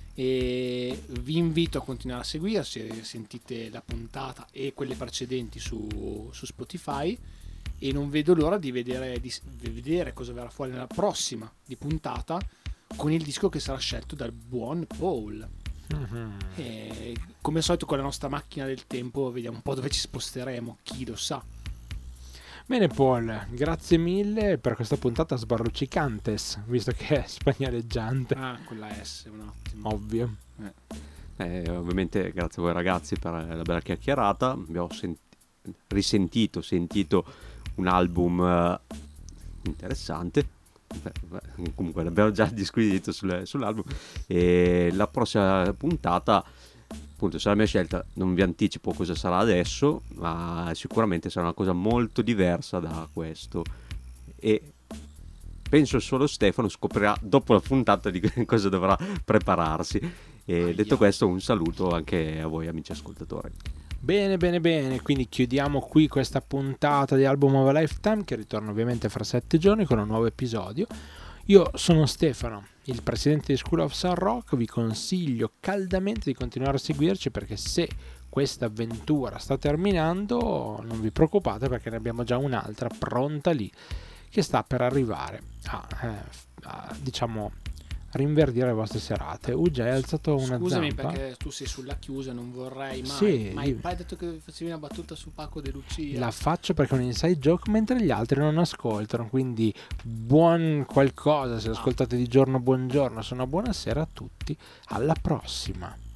e vi invito a continuare a seguirci. Sentite la puntata e quelle precedenti su Spotify, e non vedo l'ora di vedere cosa verrà fuori nella prossima di puntata con il disco che sarà scelto dal buon Paul. E come al solito con la nostra macchina del tempo vediamo un po' dove ci sposteremo, chi lo sa. Bene Paul, grazie mille per questa puntata sbarruccicantes, visto che è spagnoleggiante. Ah, con la S, un attimo. Ovvio. Ovviamente grazie a voi ragazzi per la bella chiacchierata. Abbiamo sentito un album interessante. Comunque l'abbiamo già disquisito sull'album, e la prossima puntata appunto sarà la mia scelta. Non vi anticipo cosa sarà adesso, ma sicuramente sarà una cosa molto diversa da questo, e penso solo Stefano scoprirà dopo la puntata di cosa dovrà prepararsi. E detto questo, un saluto anche a voi amici ascoltatori. Bene, quindi chiudiamo qui questa puntata di Album of a Lifetime, che ritorna ovviamente fra 7 giorni con un nuovo episodio. Io sono Stefano, il presidente di School of Sun Rock. Vi consiglio caldamente di continuare a seguirci, perché se questa avventura sta terminando non vi preoccupate, perché ne abbiamo già un'altra pronta lì che sta per arrivare a diciamo rinverdire le vostre serate. Uge, hai alzato una Scusami zampa? perché tu sei sulla chiusa, non vorrei mai. Sì, Ma hai detto che facevi una battuta su Paco De Lucia. la faccio perché è un inside joke, mentre gli altri non ascoltano, quindi buon qualcosa se ascoltate di giorno. Buongiorno, se no buonasera a tutti, alla prossima.